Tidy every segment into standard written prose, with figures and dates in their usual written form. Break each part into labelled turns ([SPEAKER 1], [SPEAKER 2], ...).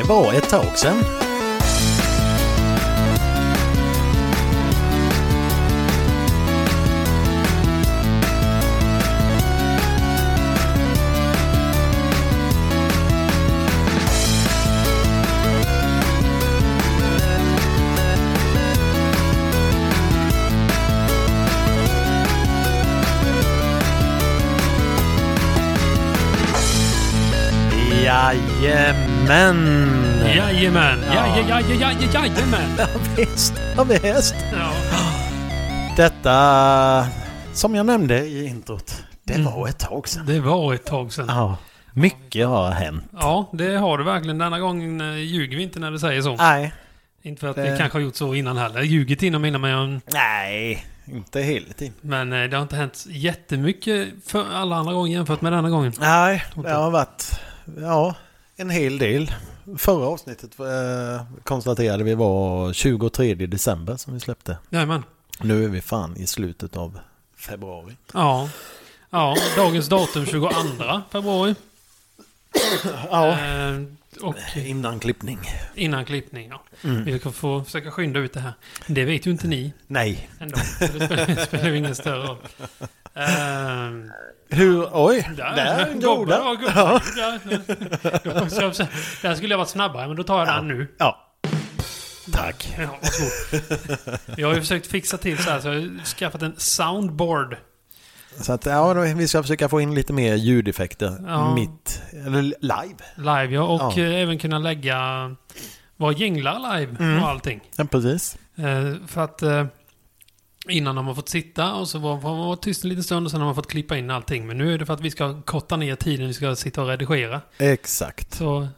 [SPEAKER 1] var ett tag sedan. Jajamän.
[SPEAKER 2] Jajamän.
[SPEAKER 1] Ja, visst.
[SPEAKER 2] Ja.
[SPEAKER 1] Detta, som jag nämnde i introt, det var ett tag sedan.
[SPEAKER 2] Det var ett tag sedan.
[SPEAKER 1] Ja, mycket har hänt.
[SPEAKER 2] Ja, det har det verkligen. Denna gången ljuger vi inte när vi säger så.
[SPEAKER 1] Nej.
[SPEAKER 2] Inte för att vi kanske har gjort så innan heller. Ljugit innan mig.
[SPEAKER 1] Nej, inte hela tiden.
[SPEAKER 2] Men det har inte hänt jättemycket för alla andra gånger jämfört med denna gången.
[SPEAKER 1] Nej, det har varit en hel del. Förra avsnittet konstaterade vi var 23 december som vi släppte.
[SPEAKER 2] Jajamän.
[SPEAKER 1] Nu är vi fan i slutet av februari.
[SPEAKER 2] Ja, dagens datum 22 februari.
[SPEAKER 1] Ja.
[SPEAKER 2] Och
[SPEAKER 1] Innan klippning.
[SPEAKER 2] Innan klippning, ja. Vi kan få försöka skynda ut det här. Det vet ju inte ni.
[SPEAKER 1] Nej.
[SPEAKER 2] Ändå. Det spelar ju ingen större roll.
[SPEAKER 1] Oj,
[SPEAKER 2] där goda. Ja. Där skulle jag varit snabbare, men då tar jag den nu.
[SPEAKER 1] Ja. Tack.
[SPEAKER 2] Ja, varsågod. Jag har ju försökt fixa till så här, så jag har skaffat en soundboard.
[SPEAKER 1] Så att vi ska försöka få in lite mer ljudeffekter eller live.
[SPEAKER 2] Ja, och även kunna lägga jinglar live och allting.
[SPEAKER 1] Ja, precis.
[SPEAKER 2] För att innan har man fått sitta och så var man tyst en liten stund och sen har man fått klippa in allting. Men nu är det för att vi ska korta ner tiden vi ska sitta och redigera.
[SPEAKER 1] Exakt.
[SPEAKER 2] Så.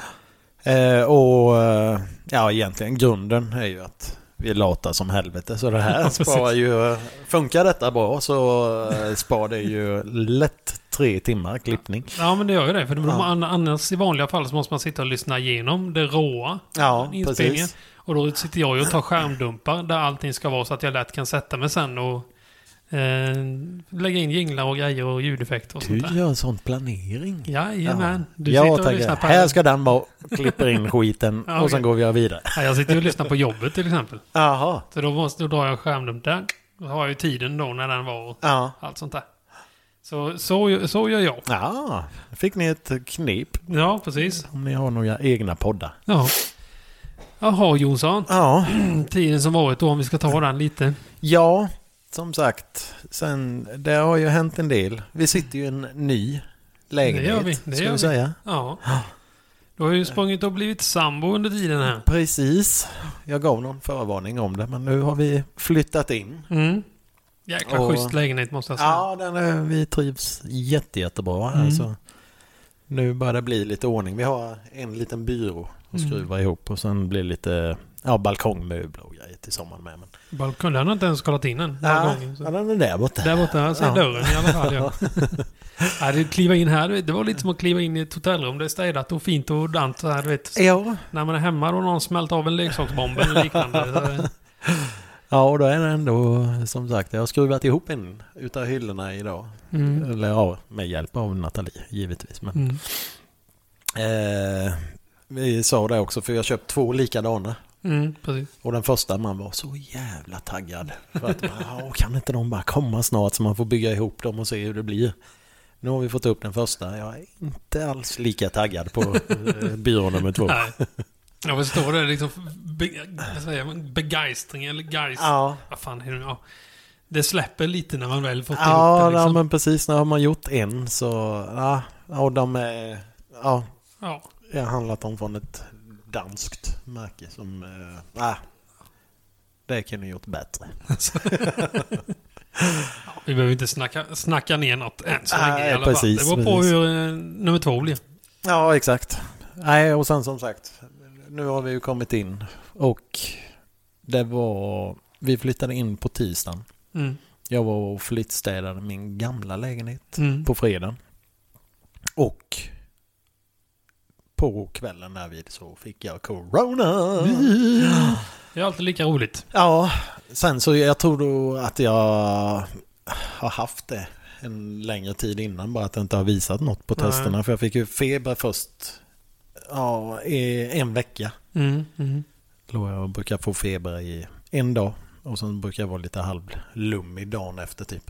[SPEAKER 1] Egentligen grunden är ju att vi latar som helvete. Så det här sparar ju... Funkar detta bra så sparar det ju lätt 3 timmar klippning.
[SPEAKER 2] Ja, men det gör ju det. För annars i vanliga fall så måste man sitta och lyssna igenom det råa inspelningen. Precis. Och då sitter jag och tar skärmdumpar där allting ska vara så att jag lätt kan sätta mig sen och lägga in jinglar och grejer och ljudeffekter och sånt där.
[SPEAKER 1] Du gör sån planering.
[SPEAKER 2] Jajamän. Du sitter och lyssnar på...
[SPEAKER 1] Här ska den vara, klipper in skiten och sen går vi vidare.
[SPEAKER 2] Ja, jag sitter och lyssnar på jobbet till exempel.
[SPEAKER 1] Jaha.
[SPEAKER 2] Så då drar jag skärmdump där. Då har jag ju tiden då när den var och allt sånt där. Så gör jag.
[SPEAKER 1] Ja, fick ni ett knep.
[SPEAKER 2] Ja, precis.
[SPEAKER 1] Om ni har några egna poddar.
[SPEAKER 2] Ja. Jaha, Jonsson.
[SPEAKER 1] Ja.
[SPEAKER 2] Tiden som varit då, om vi ska ta den lite.
[SPEAKER 1] Ja, som sagt. Sen, det har ju hänt en del. Vi sitter ju i en ny lägenhet.
[SPEAKER 2] Det gör vi.
[SPEAKER 1] Säga.
[SPEAKER 2] Ja. Du har ju sprungit och blivit sambo under tiden här.
[SPEAKER 1] Precis. Jag gav någon förvarning om det, men nu har vi flyttat in.
[SPEAKER 2] Jäkla schysst lägenhet måste jag säga.
[SPEAKER 1] Ja, vi trivs jättebra här. Så nu börjar det bli lite ordning. Vi har en liten byrå att skruva ihop och sen blir lite balkongmöbler och grejer till sommaren med. Men...
[SPEAKER 2] Balkong, den har inte ens kollat in än.
[SPEAKER 1] Ja, den är där borta.
[SPEAKER 2] Där borta, jag ser dörren i alla fall. Ja. Det kliva in här, det var lite som att kliva in i ett hotellrum. Det är städat och fint och dant så här, du vet.
[SPEAKER 1] Ja.
[SPEAKER 2] När man är hemma och någon smält av en leksaksbomb eller liknande.
[SPEAKER 1] Ja, och då är det ändå, som sagt, jag har skruvat ihop en utav hyllorna idag. Eller med hjälp av Nathalie, givetvis. Men, vi sa det också, för jag köpt 2 likadana.
[SPEAKER 2] Precis.
[SPEAKER 1] Och den första, man var så jävla taggad. För att kan inte de bara komma snart så man får bygga ihop dem och se hur det blir. Nu har vi fått upp den första. Jag är inte alls lika taggad på byrå nummer 2.
[SPEAKER 2] Nej. Jag förstår det, liksom begeistring eller geist. Ja. Vad fan är det nu? Ja. Det släpper lite när man väl fått ihop det. Liksom. Ja,
[SPEAKER 1] men precis. När man gjort en så... och de är... Jag har handlat dem från ett danskt märke som... det kan ni gjort bättre.
[SPEAKER 2] Vi behöver inte snacka ner något än så länge i alla
[SPEAKER 1] precis,
[SPEAKER 2] fall. Det beror på hur nummer 2 blir.
[SPEAKER 1] Ja, exakt. Nej, och sen som sagt... Nu har vi ju kommit in och vi flyttade in på tisdagen. Jag var och flyttstädade min gamla lägenhet på fredagen. Och på kvällen där vid så fick jag corona.
[SPEAKER 2] Det är alltid lika roligt.
[SPEAKER 1] Ja, sen så jag tror då att jag har haft det en längre tid innan, bara att det inte har visat något på testerna. För jag fick ju feber först en vecka. Då jag brukar få feber i en dag. Och sen brukar jag vara lite halvlum i dagen efter typ.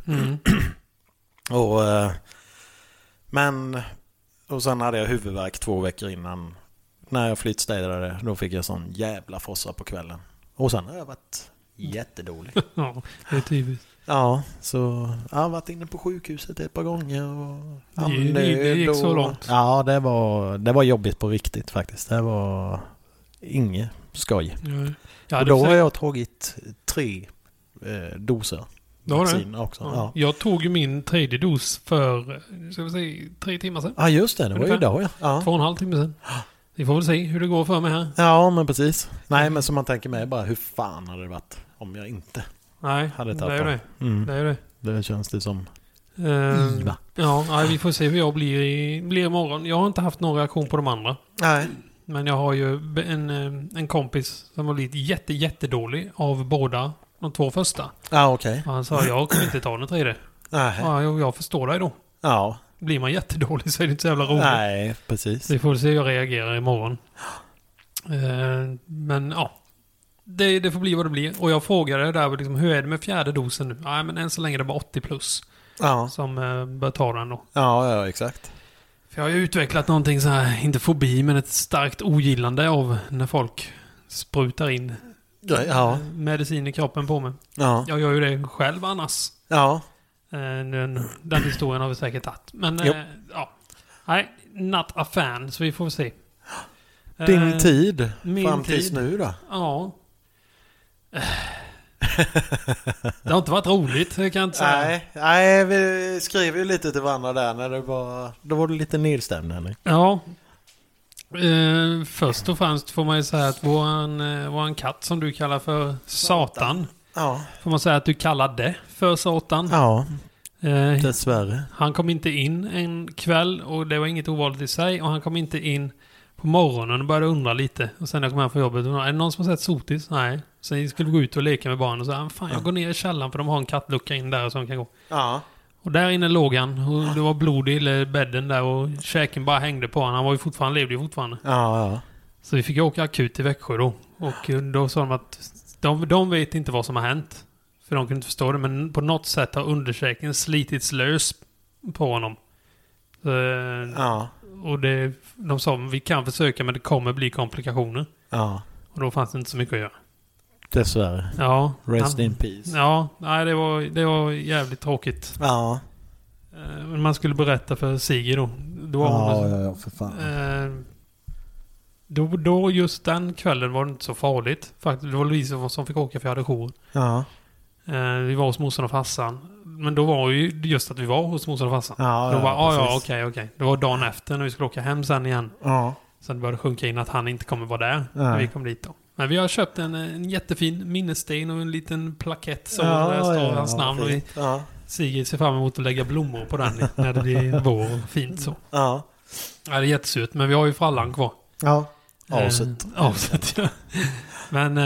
[SPEAKER 1] Och sen hade jag huvudvärk 2 veckor innan. När jag flyttstädade, då fick jag sån jävla frossa på kvällen. Och sen har jag varit jättedålig.
[SPEAKER 2] Ja, det är typiskt.
[SPEAKER 1] Ja, så jag har varit inne på sjukhuset ett par gånger. Och
[SPEAKER 2] det gick så långt.
[SPEAKER 1] Ja, det var jobbigt på riktigt faktiskt. Det var inget skoj.
[SPEAKER 2] Ja,
[SPEAKER 1] och då har jag tagit 3 doser.
[SPEAKER 2] Vaccin
[SPEAKER 1] också.
[SPEAKER 2] Ja. Jag tog ju min 3:e dos för 3 timmar sedan.
[SPEAKER 1] Ja, just det. Det var ju idag, ja.
[SPEAKER 2] 2,5 timmar sedan. Vi får väl se hur det går för mig här.
[SPEAKER 1] Ja, men precis. Nej, men som man tänker med bara hur fan hade det varit om jag inte hade tagit
[SPEAKER 2] det. Det är det.
[SPEAKER 1] Det känns det som IVA.
[SPEAKER 2] Ja, vi får se hur jag blir imorgon. Jag har inte haft någon reaktion på de andra.
[SPEAKER 1] Nej.
[SPEAKER 2] Men jag har ju en kompis som har blivit jättedålig av båda de 2 första.
[SPEAKER 1] Ja, okej.
[SPEAKER 2] Han sa, jag kommer inte ta den 3:e.
[SPEAKER 1] Nej.
[SPEAKER 2] Ja, jag förstår dig då.
[SPEAKER 1] Ja.
[SPEAKER 2] Blir man jättedålig så är det inte så jävla roligt.
[SPEAKER 1] Nej, precis.
[SPEAKER 2] Vi får se hur jag reagerar imorgon. Men ja, det får bli vad det blir. Och jag frågade där, liksom, hur är det med 4:e dosen nu? Nej, men än så länge är det bara 80 plus som bör ta den då.
[SPEAKER 1] Ja, exakt.
[SPEAKER 2] För jag har ju utvecklat någonting så här, inte fobi, men ett starkt ogillande av när folk sprutar in medicin i kroppen på mig. Ja. Jag gör ju det själv annars.
[SPEAKER 1] Ja.
[SPEAKER 2] Den historien har vi säkert tagit. Men nej, not a fan, så vi får se.
[SPEAKER 1] Din tid fram tills nu då?
[SPEAKER 2] Ja. Det har inte varit roligt, kan jag inte säga.
[SPEAKER 1] Nej, vi skrev ju lite till varandra där när då var det lite nedstämd, Henrik.
[SPEAKER 2] Ja. Först och främst får man ju säga att våran katt som du kallar för Satan. Ja. Får man säga att du kallade för Satan.
[SPEAKER 1] Ja. Dessvärre.
[SPEAKER 2] Han kom inte in en kväll och det var inget ovanligt i sig. Och han kom inte in på morgonen och började undra lite. Och sen när jag kom hem från jobbet, är det någon som har sett Sotis? Nej. Sen skulle vi gå ut och leka med barnen och sa, fan jag går ner i källaren för de har en kattlucka in där som kan gå. Ja. Och där inne låg han och det var blod i bädden där och käken bara hängde på honom. Han var ju fortfarande, levde ju fortfarande.
[SPEAKER 1] Ja.
[SPEAKER 2] Så vi fick åka akut till Växjö då. Och då sa de att de vet inte vad som har hänt. För de kunde inte förstå det. Men på något sätt har underkäken slitits lös på honom. Och de sa vi kan försöka men det kommer bli komplikationer. Ja. Och då fanns det inte så mycket att göra.
[SPEAKER 1] Dessvärre.
[SPEAKER 2] Ja.
[SPEAKER 1] Rest in peace.
[SPEAKER 2] Ja, nej, det var jävligt tråkigt.
[SPEAKER 1] Ja.
[SPEAKER 2] Men man skulle berätta för Sigge då.
[SPEAKER 1] Ja, för fan.
[SPEAKER 2] Då just den kvällen var det inte så farligt. Faktiskt, det var Louise som fick åka för jag hade jour.
[SPEAKER 1] Ja.
[SPEAKER 2] Vi var hos morsan och farsan. Men då var ju just att vi var hos morsan och farsan. Okej. Det var dagen efter när vi skulle åka hem sen igen. Ja. Sen började det sjunka in att han inte kommer vara där när vi kom dit då. Men vi har köpt en jättefin minnessten och en liten plakett som står hans namn. Och Sigrid ser fram emot att lägga blommor på den när det blir vår och fint så. Ja. Ja, det är jättesurt, men vi har ju frallan kvar.
[SPEAKER 1] Ja. Avsett,
[SPEAKER 2] ja. Men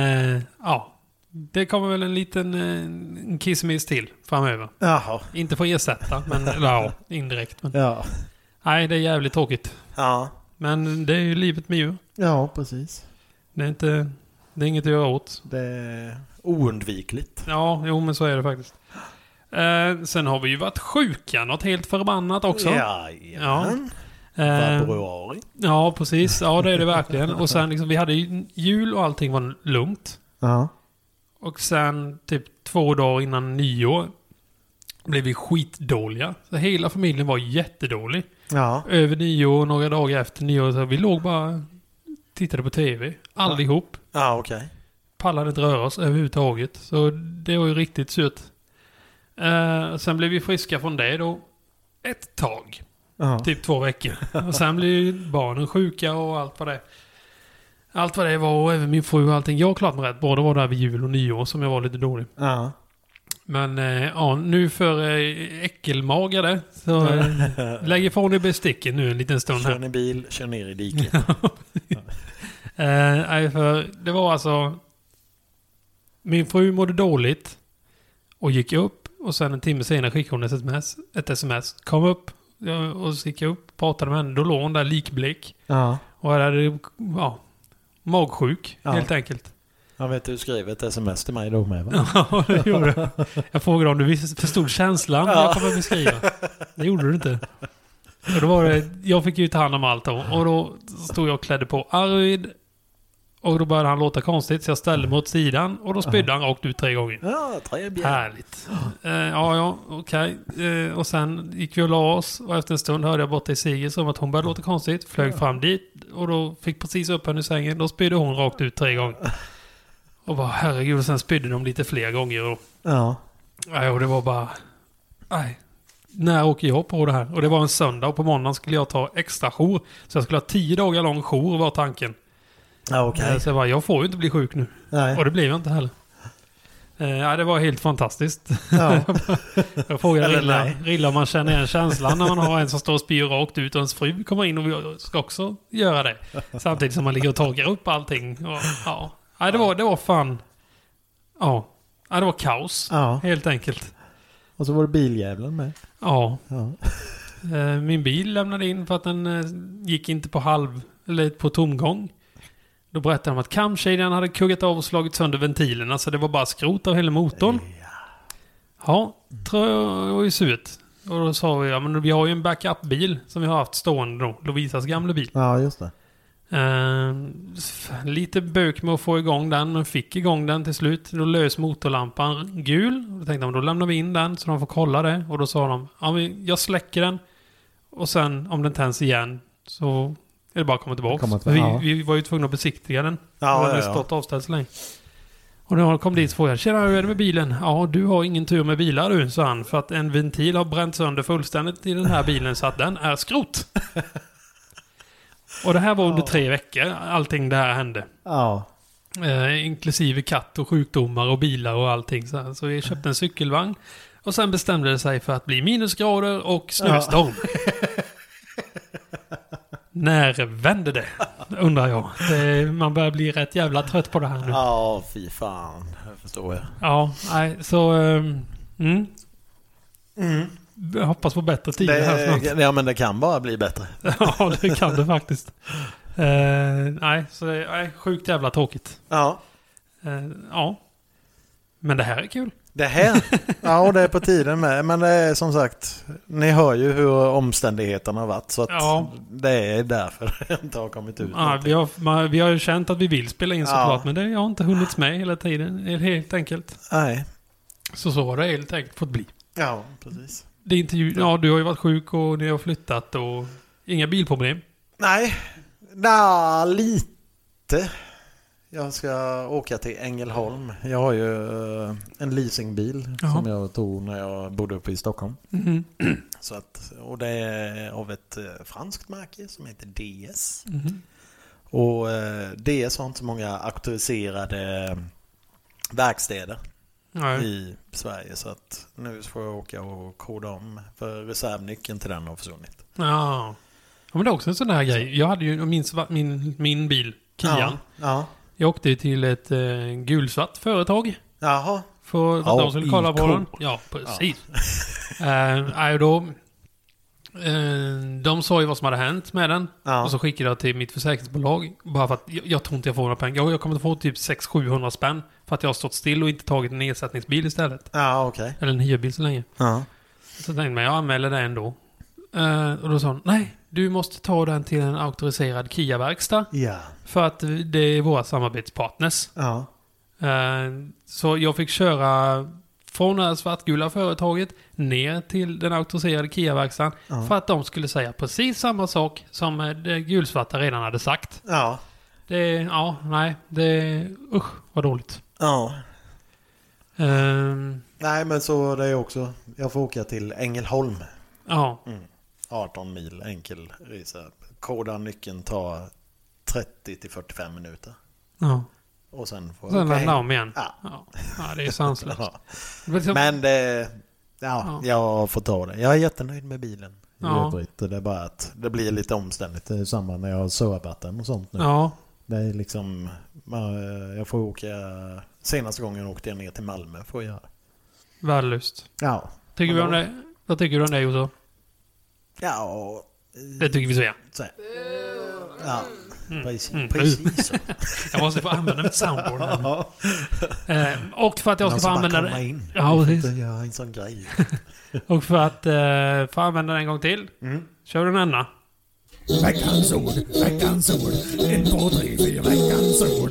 [SPEAKER 2] det kommer väl en liten kissemiss till framöver.
[SPEAKER 1] Jaha.
[SPEAKER 2] Inte för att ersätta, men indirekt. Men.
[SPEAKER 1] Ja.
[SPEAKER 2] Nej, det är jävligt tråkigt.
[SPEAKER 1] Ja.
[SPEAKER 2] Men det är ju livet med djur.
[SPEAKER 1] Ja, precis.
[SPEAKER 2] Det är inget att göra åt.
[SPEAKER 1] Det är oundvikligt.
[SPEAKER 2] Ja, men så är det faktiskt. Sen har vi ju varit sjuka något helt förbannat också.
[SPEAKER 1] Ja. Februari.
[SPEAKER 2] Ja, precis. Ja, det är det verkligen. Och sen liksom, vi hade ju jul och allting var lugnt. Ja. Och sen typ 2 dagar innan nyår blev vi skitdåliga. Så hela familjen var jättedålig. Ja. Över nyår och några dagar efter nyår så vi låg bara tittade på tv. Allihop.
[SPEAKER 1] Ja, okej.
[SPEAKER 2] Pallade inte röra oss överhuvudtaget. Så det var ju riktigt surt. Sen blev vi friska från det då ett tag. Typ 2 veckor. Och sen blev barnen sjuka och allt vad det var. Och även min fru och allting. Jag klart mig rätt. Båda var där vid jul och nyår som jag var lite dålig. Ja. Men nu för äckelmagade så lägg ifrån i besticken nu en liten stund här.
[SPEAKER 1] Kör ni bil, kör ner i diket.
[SPEAKER 2] För det var alltså min fru mådde dåligt och gick upp och sen en timme senare skickade hon ett sms. Kom upp och så gick jag upp, pratade med henne. Då låg hon där likblick. Ja. Och jag hade magsjuk helt enkelt.
[SPEAKER 1] Jag vet, du skrev ett sms till mig då med, va?
[SPEAKER 2] Ja, det gjorde jag. Jag frågade om du förstod känslan jag kommer beskriva. Det gjorde du inte. Och då var det, jag fick ju ta hand om allt då. Och då stod jag och klädde på Arvid. Och då började han låta konstigt, så jag ställde mig åt sidan. Och då spydde han rakt ut 3 gånger.
[SPEAKER 1] Ja, 3 björn.
[SPEAKER 2] Härligt. Okej. Och sen gick vi och la oss. Och efter en stund hörde jag borta i Sigge som att hon började låta konstigt. Flög fram dit. Och då fick precis upp henne i sängen. Då spydde hon rakt ut 3 gånger. Och bara, herregud, och sen spydde de lite fler gånger. Och det var bara... Nej. När åker jag på det här? Och det var en söndag och på måndagen skulle jag ta extra jour. Så jag skulle ha 10 dagar lång jour var tanken.
[SPEAKER 1] Ja, okej.
[SPEAKER 2] Så jag får ju inte bli sjuk nu.
[SPEAKER 1] Nej.
[SPEAKER 2] Och det blev jag inte heller. Det var helt fantastiskt. Ja. Jag frågade Rilla om man känner igen känslan när man har en som står och spyr rakt ut och ens fru kommer in och vi ska också göra det. Samtidigt som man ligger och torkar upp allting. Och, det var fan... Ja, det var kaos. Ja. Helt enkelt.
[SPEAKER 1] Och så var det biljävlen med.
[SPEAKER 2] Ja. Min bil lämnade in för att den gick inte på tomgång. Då berättade de att kamkedjan hade kuggat av och slagit sönder ventilerna, så det var bara skrot av hela motorn. Ja, tror jag var ju surt. Och då sa vi, men vi har ju en backup-bil som vi har haft stående då. Lovisas gamla bil.
[SPEAKER 1] Ja, just det.
[SPEAKER 2] Lite bök med att få igång den, men fick igång den till slut. Då lös motorlampan gul. Då tänkte de, då lämnar vi in den så de får kolla det. Och då sa de, jag släcker den. Och sen om den tänds igen så är det bara att komma tillbaka. Vi var ju tvungna att besiktiga den. Den hade stått avställd så länge. Och när jag kom dit så frågade jag, tjena, hur är det med bilen? Ja, du har ingen tur med bilar du, sa han. För att en ventil har bränt sönder fullständigt i den här bilen så att den är skrot. Och det här var under 3 veckor. Allting det här hände. Ja. Inklusive katt och sjukdomar och bilar och allting. Så vi köpte en cykelvagn. Och sen bestämde det sig för att bli minusgrader och snöstorm. När vände det? Undrar jag. Man börjar bli rätt jävla trött på det här nu.
[SPEAKER 1] Ja, fy fan. Jag förstår jag.
[SPEAKER 2] Ja, nej, så... Jag hoppas på bättre tid här snart.
[SPEAKER 1] Ja, men det kan bara bli bättre.
[SPEAKER 2] Ja, det kan det faktiskt. Så det är sjukt jävla tråkigt.
[SPEAKER 1] Ja.
[SPEAKER 2] Men det här är kul.
[SPEAKER 1] Det här? Ja, det är på tiden med. Men det är som sagt, ni hör ju hur omständigheterna har varit. Så att det är därför det inte har kommit ut.
[SPEAKER 2] Ja, vi har ju känt att vi vill spela in såklart. Men det har inte hunnits med hela tiden. Helt enkelt.
[SPEAKER 1] Nej.
[SPEAKER 2] Så har det helt enkelt fått bli.
[SPEAKER 1] Ja, precis.
[SPEAKER 2] Det är inte, du har ju varit sjuk och ni har flyttat och inga bilproblem.
[SPEAKER 1] Nej, lite. Jag ska åka till Ängelholm. Jag har ju en leasingbil som jag tog när jag bodde uppe i Stockholm. Mm. Så att, och det är av ett franskt märke som heter DS. Mm. Och DS har inte så många auktoriserade verkstäder i Sverige, så att nu får jag åka och koda om för reservnyckeln till den har försvunnit.
[SPEAKER 2] Ja, men det är också en sån här grej. Jag hade ju min bil, Kian. Ja. Jag åkte till ett gulsvart företag.
[SPEAKER 1] Jaha.
[SPEAKER 2] För att de skulle kolla på den. Ja, precis. De sa ju vad som hade hänt med den. Ja. Och så skickade jag till mitt försäkringsbolag. Bara för att jag tror inte jag får några pengar. Jag kommer att få typ 600-700 spänn. För att jag har stått still och inte tagit en ersättningsbil istället.
[SPEAKER 1] Ja, okej.
[SPEAKER 2] Eller en hyrbil så länge. Ja. Så tänkte jag anmäler det ändå. Och då sa hon, nej, du måste ta den till en auktoriserad Kia-verkstad. Ja. För att det är våra samarbetspartners. Ja. Så jag fick köra från det här svartgula företaget ner till den auktoriserade Kia-verkstaden. Ja. För att de skulle säga precis samma sak som det gulsvarta redan hade sagt. Ja. Usch, vad dåligt.
[SPEAKER 1] Ja. Nej, men så det är också, jag får åka till Ängelholm. Ja. 18 mil enkel resa. Koda nyckeln tar 30-45 minuter. Ja. Och sen får
[SPEAKER 2] jag lämna om igen. Ja, det är sanslöst.
[SPEAKER 1] Ja. Men jag får ta det. Jag är jättenöjd med bilen. Det är bara att det blir lite omständigt. Det är samma när jag har servat den och sånt nu. Ja. Det är liksom, jag får åka, senaste gången åkte jag ner till Malmö för att göra det.
[SPEAKER 2] Värdelöst.
[SPEAKER 1] Ja.
[SPEAKER 2] Tycker vi om det? Vad tycker du om det, Josef?
[SPEAKER 1] Ja.
[SPEAKER 2] Det tycker vi så, ja.
[SPEAKER 1] Ja. Precis så.
[SPEAKER 2] Jag måste få använda mitt soundboard. Och för att jag ska få använda det...
[SPEAKER 1] Ja, precis. Jag en sån grej.
[SPEAKER 2] Och för att få använda den en gång till. Kör du den ända.
[SPEAKER 3] Veckans ord. 1, 2, 3, 4. Veckans ord.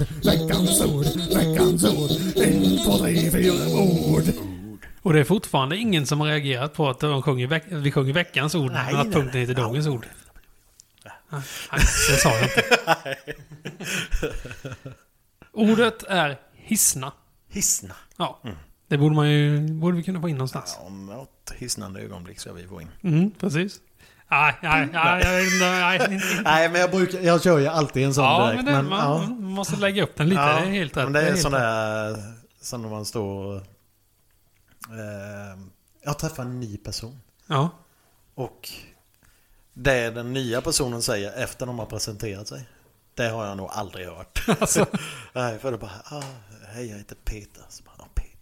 [SPEAKER 3] 1, 2, 3, 4 ord.
[SPEAKER 2] Och det är fortfarande ingen som har reagerat på att vi sjunger veckans ord, men att punkten heter dagens ord. Nej, det sa jag inte. Ordet är hissna.
[SPEAKER 1] Hissna.
[SPEAKER 2] Ja, det borde vi kunna få in någonstans.
[SPEAKER 1] Ja, om något hisnande ögonblick ska vi få in.
[SPEAKER 2] Precis. Nej,
[SPEAKER 1] men jag kör ju alltid en sån direkt.
[SPEAKER 2] Men man måste lägga upp den lite, det är helt rätt.
[SPEAKER 1] Men det är sån där som när man står... jag träffar en ny person.
[SPEAKER 2] Ja.
[SPEAKER 1] Och det den nya personen säger efter de har presenterat sig, det har jag nog aldrig hört.
[SPEAKER 2] Alltså.
[SPEAKER 1] Nej, för det bara, hej, jag heter Peter. Så bara,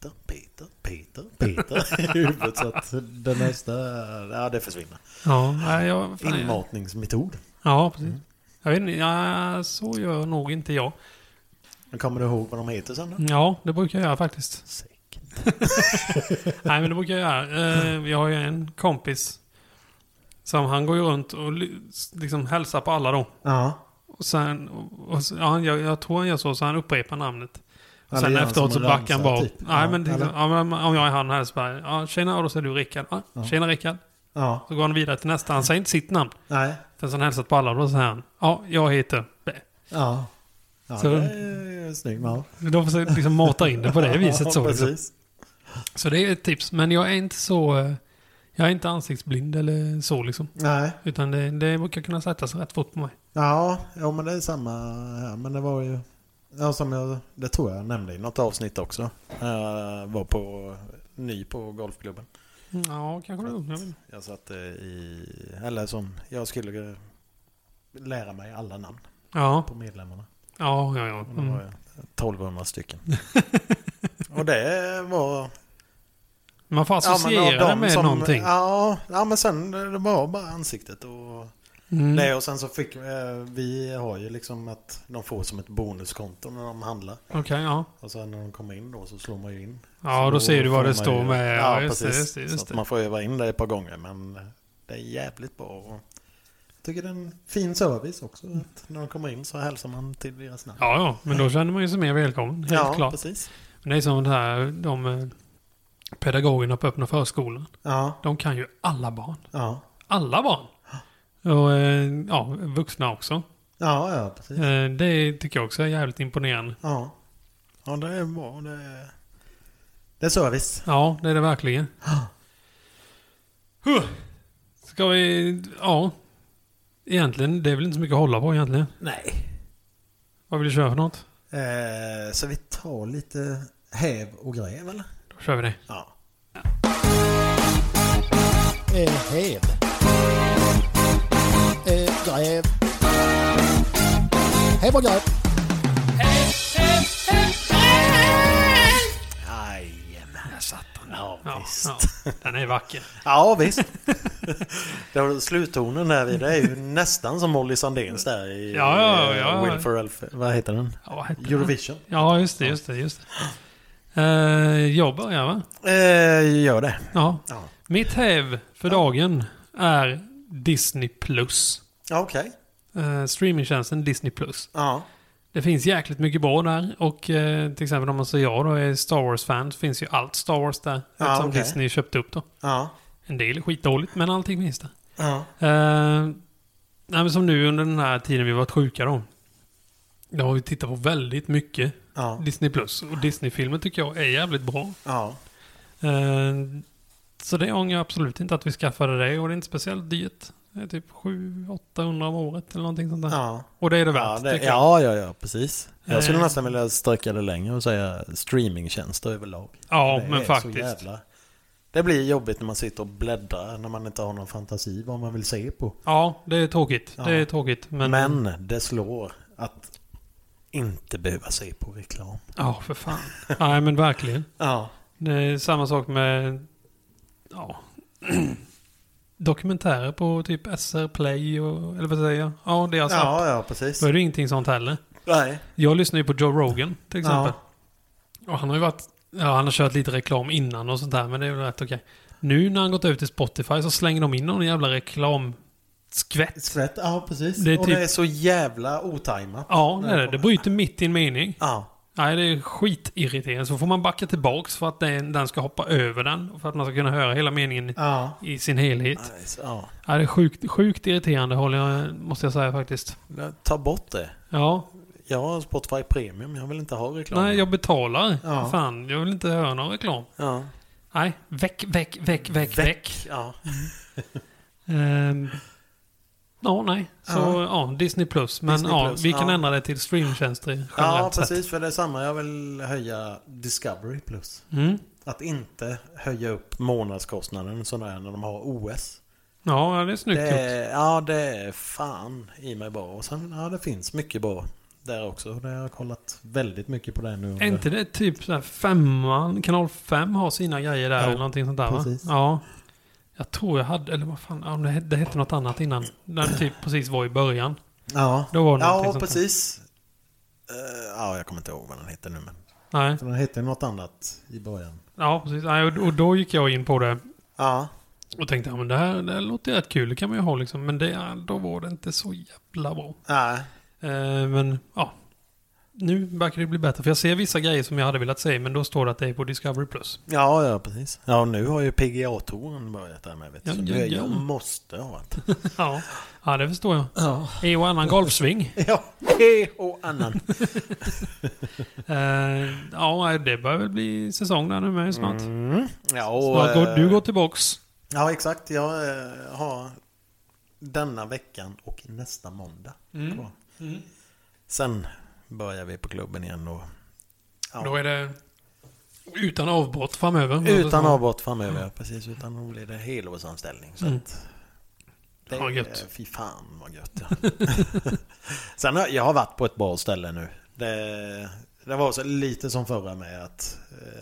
[SPEAKER 1] Peter i huvudet, så att det nästa, det försvinner.
[SPEAKER 2] Ja,
[SPEAKER 1] inmatningsmetod.
[SPEAKER 2] Ja, precis. Jag vet inte, så gör nog inte jag.
[SPEAKER 1] Men kommer du ihåg vad de heter sen då?
[SPEAKER 2] Ja, det brukar jag göra faktiskt.
[SPEAKER 1] Säkert.
[SPEAKER 2] Nej, men det brukar jag göra. Jag har ju en kompis som han går ju runt och liksom hälsar på alla då.
[SPEAKER 1] Ja.
[SPEAKER 2] Och sen, jag tror han gör så han upprepar namnet. Och sen efteråt så backar han bara. Typ. Nej, men om jag är han här så bara, tjena, och då säger du Rickard. Tjena Rickard.
[SPEAKER 1] Ja.
[SPEAKER 2] Så går han vidare till nästa. Han säger inte sitt namn.
[SPEAKER 1] Nej.
[SPEAKER 2] Sen så han hälsat på alla och då säger han, jag heter B.
[SPEAKER 1] Ja, så det är snyggt. Ja.
[SPEAKER 2] De får liksom mata in det på det viset. Så,
[SPEAKER 1] precis.
[SPEAKER 2] Liksom. Så det är ett tips. Men jag är inte så... Jag är inte ansiktsblind eller så liksom. Nej. Utan det brukar kunna sätta sig rätt fort på mig.
[SPEAKER 1] Ja, men det är samma här. Men det var ju... Ja, det tror jag nämnde i något avsnitt också. Jag var ny på golfklubben.
[SPEAKER 2] Ja, kanske det.
[SPEAKER 1] Jag satt jag skulle lära mig alla namn på medlemmarna.
[SPEAKER 2] Ja.
[SPEAKER 1] Och det var 1200 stycken. Och det var...
[SPEAKER 2] Man får associera det med någonting.
[SPEAKER 1] Ja, men sen det var bara ansiktet och det. Och sen så fick vi har ju liksom att de får som ett bonuskonto när de handlar.
[SPEAKER 2] Okej, ja.
[SPEAKER 1] Och sen när de kommer in då så slår man ju in.
[SPEAKER 2] Ja, då ser du vad det står med.
[SPEAKER 1] Ja, precis. Så att man får öva in det ett par gånger, men det är jävligt bra. Och jag tycker det är en fin service också. Att när de kommer in så hälsar man till deras namn.
[SPEAKER 2] Ja, men då känner man ju sig mer välkommen. Helt klart.
[SPEAKER 1] Precis.
[SPEAKER 2] Men det är som det här, de pedagogerna på öppna förskolan.
[SPEAKER 1] Ja.
[SPEAKER 2] De kan ju alla barn.
[SPEAKER 1] Ja.
[SPEAKER 2] Alla barn. Och vuxna också.
[SPEAKER 1] Ja, precis.
[SPEAKER 2] Det tycker jag också är jävligt imponerande.
[SPEAKER 1] Ja, det är bra. Det är service.
[SPEAKER 2] Ja, det är det verkligen. Ska vi... Ja. Egentligen, det är väl inte så mycket att hålla på egentligen.
[SPEAKER 1] Nej.
[SPEAKER 2] Vad vill du köra för något?
[SPEAKER 1] Så vi tar lite häv och gräv, eller?
[SPEAKER 2] Då kör vi det.
[SPEAKER 1] Ja.
[SPEAKER 3] Häv. Gräv. Häv och gräv.
[SPEAKER 1] Jajamän.
[SPEAKER 2] Där satt den.
[SPEAKER 1] Ja, visst.
[SPEAKER 2] Ja, den är vacker.
[SPEAKER 1] Ja, visst. Sluttonen där vid, det är ju nästan som Molly Sandéns där i Will Ferrell. Vad heter den?
[SPEAKER 2] Ja,
[SPEAKER 1] Eurovision.
[SPEAKER 2] Ja, just det. Jag börjar, va?
[SPEAKER 1] Gör det.
[SPEAKER 2] Ja. Mitt häv för dagen är Disney+.
[SPEAKER 1] Okej.
[SPEAKER 2] Streamingtjänsten Disney+.
[SPEAKER 1] Ja.
[SPEAKER 2] Det finns jäkligt mycket bra där. Och till exempel om man säger då är Star Wars-fan, så finns ju allt Star Wars där. Som Disney köpt upp då.
[SPEAKER 1] Ja.
[SPEAKER 2] En del är skitdåligt, men allting finns där.
[SPEAKER 1] Ja.
[SPEAKER 2] Men som nu under den här tiden vi varit sjuka då. Då har vi tittat på väldigt mycket Disney+. Och Disney-filmer tycker jag är jävligt bra.
[SPEAKER 1] Ja.
[SPEAKER 2] Så det ångrar jag absolut inte att vi skaffade det. Och det är inte speciellt dyrt. Det är typ 700-800 om året eller någonting sånt där. Ja. Och det är det värt.
[SPEAKER 1] Ja, precis. Jag skulle nästan vilja sträcka det längre och säga streamingtjänster överlag.
[SPEAKER 2] Ja, men faktiskt.
[SPEAKER 1] Det blir jobbigt när man sitter och bläddrar när man inte har någon fantasi vad man vill se på.
[SPEAKER 2] Ja, det är tråkigt. Ja. Det är tråkigt.
[SPEAKER 1] Men det slår att inte behöva se på reklam.
[SPEAKER 2] Ja, för fan. Nej, men verkligen.
[SPEAKER 1] Ja.
[SPEAKER 2] Det är samma sak med... Ja. dokumentärer på typ SR Play eller vad säger jag? Ja, det är alltså.
[SPEAKER 1] Ja, precis.
[SPEAKER 2] Då är det ingenting sånt heller.
[SPEAKER 1] Nej.
[SPEAKER 2] Jag lyssnar ju på Joe Rogan till exempel. Ja. Och han har ju varit... Ja, han har kört lite reklam innan och sånt där, men det är väl rätt okej. Nu när han gått ut till Spotify så slänger de in någon jävla reklamskvätt.
[SPEAKER 1] Ja, precis.
[SPEAKER 2] Det är
[SPEAKER 1] och det är så jävla otajmat.
[SPEAKER 2] Ja, det bryter mitt i en mening.
[SPEAKER 1] Ja.
[SPEAKER 2] Nej, det är skitirriterande. Så får man backa tillbaks för att den ska hoppa över den. Och för att man ska kunna höra hela meningen i sin helhet. Ja, det är sjukt irriterande måste jag säga faktiskt.
[SPEAKER 1] Ta bort det.
[SPEAKER 2] Ja.
[SPEAKER 1] Jag har Spotify Premium, jag vill inte ha reklam.
[SPEAKER 2] Nej, jag betalar. Ja. Fan, jag vill inte höra någon reklam.
[SPEAKER 1] Ja.
[SPEAKER 2] Nej, väck.
[SPEAKER 1] Ja.
[SPEAKER 2] Nej. Så Disney Plus. Men Disney Plus, vi kan ändra det till streamtjänster generellt sett.
[SPEAKER 1] Ja, precis. För det är samma. Jag vill höja Discovery Plus. Att inte höja upp månadskostnaden sådär när de har OS.
[SPEAKER 2] Ja, det är snyggt gjort.
[SPEAKER 1] Ja, det är fan i mig bra. Och sen, det finns mycket bra där också. Det har jag kollat väldigt mycket på det nu.
[SPEAKER 2] Är inte det typ så här kanal 5 har sina grejer där eller någonting sånt där,
[SPEAKER 1] precis.
[SPEAKER 2] Va? Ja. Jag tror jag hade, eller vad fan, det hette något annat innan. Den typ precis var i början.
[SPEAKER 1] Ja,
[SPEAKER 2] då var det sånt
[SPEAKER 1] precis. Jag kommer inte ihåg vad den heter nu. Men.
[SPEAKER 2] Nej.
[SPEAKER 1] Så den hette något annat i början.
[SPEAKER 2] Ja, precis. Och då gick jag in på det.
[SPEAKER 1] Ja.
[SPEAKER 2] Och tänkte, men det här låter rätt kul, det kan man ju ha liksom. Men då var det inte så jävla bra.
[SPEAKER 1] Nej.
[SPEAKER 2] Men nu verkar det bli bättre. För jag ser vissa grejer som jag hade velat se, men då står det att det är på Discovery Plus.
[SPEAKER 1] Ja, precis. Ja, nu har ju PGA-touren börjat där med. Vet. Så jag måste ha det.
[SPEAKER 2] Ja, det förstår jag. Ja. En och annan golfsving.
[SPEAKER 1] Ja, en och annan.
[SPEAKER 2] Det börjar väl bli säsong där nu med snart.
[SPEAKER 1] Ja,
[SPEAKER 2] snart du går tillbaks.
[SPEAKER 1] Ja, exakt. Jag har denna veckan och nästa måndag kvar. Sen börjar vi på klubben igen. Och,
[SPEAKER 2] då är det utan avbrott framöver.
[SPEAKER 1] Utan avbrott framöver, precis. Utan då blir det helårsanställning. Så att det är
[SPEAKER 2] gött.
[SPEAKER 1] Fy fan vad gött. Ja. Sen jag har varit på ett bra ställe nu. Det var så lite som förra med att...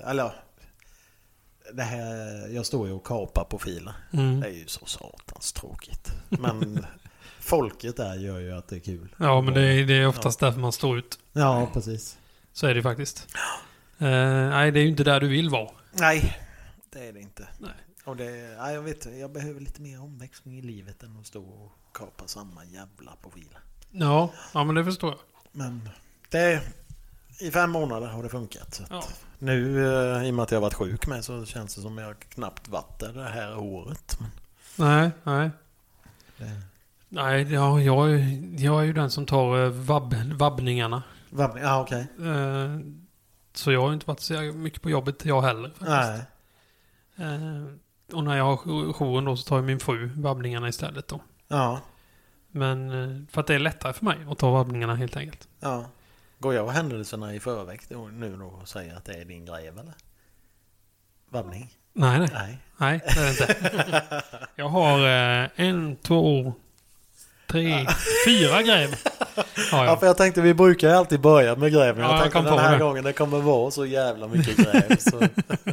[SPEAKER 1] det här, jag står ju och kapar på filer. Det är ju så satans tråkigt. Men folket där gör ju att det är kul.
[SPEAKER 2] Ja, men det är oftast därför man står ut.
[SPEAKER 1] Ja, precis.
[SPEAKER 2] Så är det faktiskt. Nej, det är ju inte där du vill vara.
[SPEAKER 1] Nej, det är det inte.
[SPEAKER 2] Nej.
[SPEAKER 1] Och jag behöver lite mer omväxling i livet än att stå och kapa samma jävla profiler.
[SPEAKER 2] Ja, men det förstår jag.
[SPEAKER 1] Men i 5 månader har det funkat. Så nu, i och med att jag har varit sjuk med, så känns det som jag knappt varit där det här året. Men...
[SPEAKER 2] Nej. Nej, jag är ju den som tar vabbningarna.
[SPEAKER 1] Ja, okej.
[SPEAKER 2] Så jag har inte varit så mycket på jobbet jag heller faktiskt. Nej. Och när jag har jouren då så tar jag min fru vabbningarna istället då.
[SPEAKER 1] Ja.
[SPEAKER 2] Men för att det är lättare för mig att ta vabbningarna helt enkelt.
[SPEAKER 1] Ja. Går jag händelserna i förväg nu då och säger att det är din grej eller? Vabbning?
[SPEAKER 2] Nej, det är det inte. Jag har 1, 2, 3, 4 gräv.
[SPEAKER 1] Ja, för jag tänkte vi brukar ju alltid börja med gräv. Men jag tänkte den här gången det kommer vara så jävla mycket gräv. Så.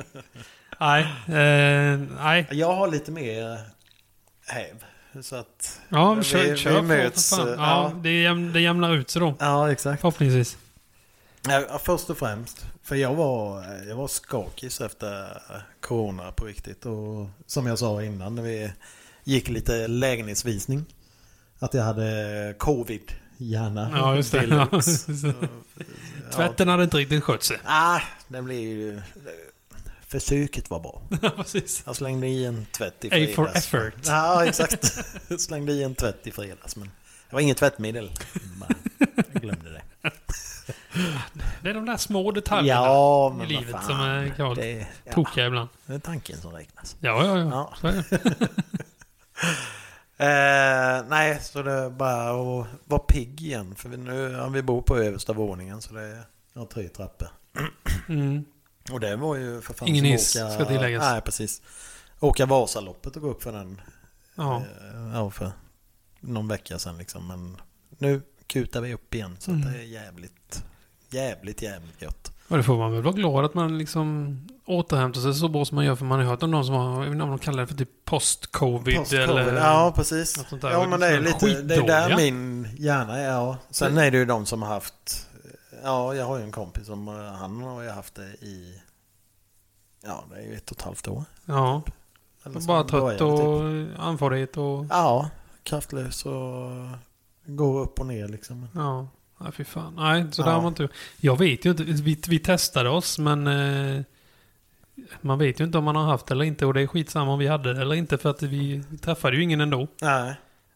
[SPEAKER 2] Nej.
[SPEAKER 1] Jag har lite mer häv. Så att
[SPEAKER 2] kör
[SPEAKER 1] vi möts.
[SPEAKER 2] Det jämnar ut sig då.
[SPEAKER 1] Ja, exakt.
[SPEAKER 2] Förhoppningsvis.
[SPEAKER 1] Ja, först och främst. För jag var skakig efter corona på riktigt. Och som jag sa innan när vi gick lite lägenhetsvisning. Att jag hade covid gärna.
[SPEAKER 2] Ja, just det. Tvätten hade inte riktigt skött sig.
[SPEAKER 1] Det blev ju... Försöket var bra.
[SPEAKER 2] Precis.
[SPEAKER 1] Jag slängde i en tvätt i fredags.
[SPEAKER 2] A for effort.
[SPEAKER 1] Ja, exakt. Jag slängde i en tvätt i fredags. Men det var inget tvättmedel. Jag glömde det.
[SPEAKER 2] Det är de där små detaljerna i livet som är tokiga ibland.
[SPEAKER 1] Det är tanken som räknas.
[SPEAKER 2] Ja. Så är
[SPEAKER 1] det. Nej, så det är bara att vara pigg igen. För vi bor på översta våningen så det är 3 trappor. Och det var ju för fan
[SPEAKER 2] ingen hiss ska tilläggas.
[SPEAKER 1] Nej, precis. Åka Vasaloppet och gå upp för den. För någon vecka sedan liksom. Men nu kutar vi upp igen så att det är jävligt gött.
[SPEAKER 2] Och det får man väl vara glad att man liksom återhämtar sig så bra som man gör. För man har hört om de som har, jag vet inte om de kallar det för typ post-covid. Eller
[SPEAKER 1] ja, precis.
[SPEAKER 2] Ja,
[SPEAKER 1] men det är lite, det är där min hjärna är. Ja. Sen är det ju de som har haft, ja, jag har ju en kompis som han har ju haft det i, ja, det är ju 1,5 år.
[SPEAKER 2] Ja, bara trött och anfarlighet och...
[SPEAKER 1] Ja, kraftlös och gå upp och ner liksom.
[SPEAKER 2] Ja. Nej, fy fan. Nej, så där har man inte... Jag vet ju inte. Vi testade oss, men man vet ju inte om man har haft det eller inte. Och det är skitsamma om vi hade det eller inte. För att vi träffade ju ingen ändå.
[SPEAKER 1] Nej.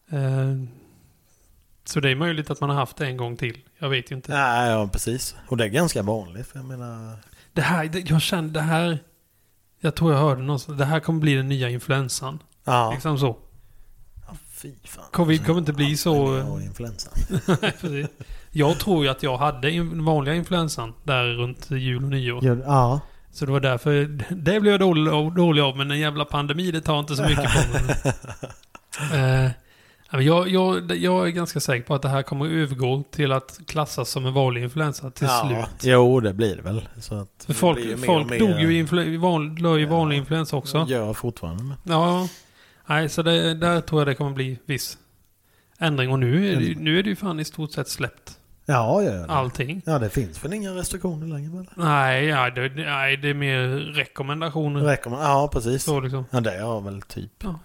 [SPEAKER 2] Så det är möjligt att man har haft det en gång till. Jag vet ju inte.
[SPEAKER 1] Nej, ja, precis. Och det är ganska vanligt. För jag menar...
[SPEAKER 2] Jag kände det här... Jag tror jag hörde någonstans. Det här kommer bli den nya influensan.
[SPEAKER 1] Ja.
[SPEAKER 2] Liksom så.
[SPEAKER 1] Ja, fy fan.
[SPEAKER 2] Covid kommer inte bli så...
[SPEAKER 1] Influensan.
[SPEAKER 2] Precis. Jag tror ju att jag hade den vanliga influensan där runt jul och nyår.
[SPEAKER 1] Ja.
[SPEAKER 2] Så det var därför... Det blev jag dålig av, men en jävla pandemi, det tar inte så mycket på mig. Jag är ganska säker på att det här kommer övergå till att klassas som en vanlig influensa till slut.
[SPEAKER 1] Jo, det blir det väl. Så att
[SPEAKER 2] för folk dog ju i vanlig influensa också.
[SPEAKER 1] Gör fortfarande.
[SPEAKER 2] Ja. Nej, så där tror jag det kommer bli viss ändring. Och nu är det ju fan i stort sett släppt.
[SPEAKER 1] Ja.
[SPEAKER 2] Allting.
[SPEAKER 1] Ja, det finns väl inga restriktioner längre, eller?
[SPEAKER 2] Nej, det är mer rekommendationer.
[SPEAKER 1] Ja, precis.
[SPEAKER 2] Så liksom.
[SPEAKER 1] Ja, det är väl typ.
[SPEAKER 2] Ja,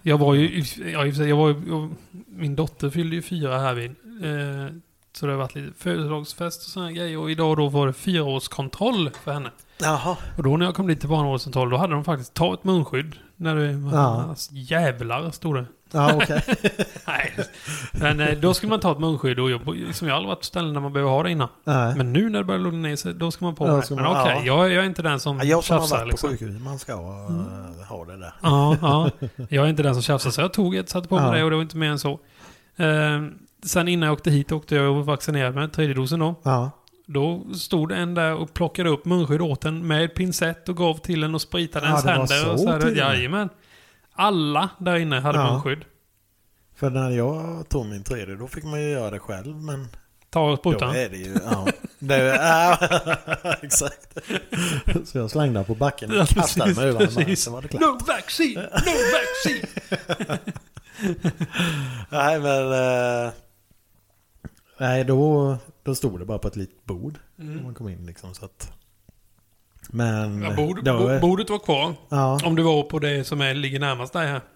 [SPEAKER 2] min dotter fyllde ju 4 här vid. Så det har varit lite födelsedagsfest och sådana grejer. Och idag då var det 4-årskontroll för henne.
[SPEAKER 1] Jaha.
[SPEAKER 2] Och då när jag kom dit till barnavårdscentralen, då hade de faktiskt tagit munskydd. När det var jävlar, stod det.
[SPEAKER 1] Ja, okej.
[SPEAKER 2] Nej. Men då ska man ta ett munskydd och jag har aldrig varit på ställen där man behöver ha det innan. Nej. Men nu när det börjar lugna ner sig, då ska man på det. Men okej, jag är inte den som tjafsar.
[SPEAKER 1] Jag som har varit på sjukhus, man ska ha det där.
[SPEAKER 2] Ja. Jag är inte den som tjafsar, så jag tog ett, satte på mig det och det var inte mer än så. Sen innan jag åkte hit åkte jag och vaccinerade med 3:e dosen då.
[SPEAKER 1] Ja.
[SPEAKER 2] Då stod det en där och plockade upp munskydd åt en med pincett och gav till en och spritade ens händer. Och så här, jajamän. Alla där inne hade munskydd.
[SPEAKER 1] För när jag tog min 3:e, då fick man ju göra det själv, men...
[SPEAKER 2] Ta sprutan.
[SPEAKER 1] Då är det ju, exakt. Så jag slängde på backen och kastade mig över den. Så var det klart.
[SPEAKER 2] No vaccine! No vaccine!
[SPEAKER 1] Nej, men... Nej, då stod det bara på ett litet bord när man kom in liksom, så att... Men...
[SPEAKER 2] Ja, bordet var kvar. Ja. Om du var på det som ligger närmast dig här.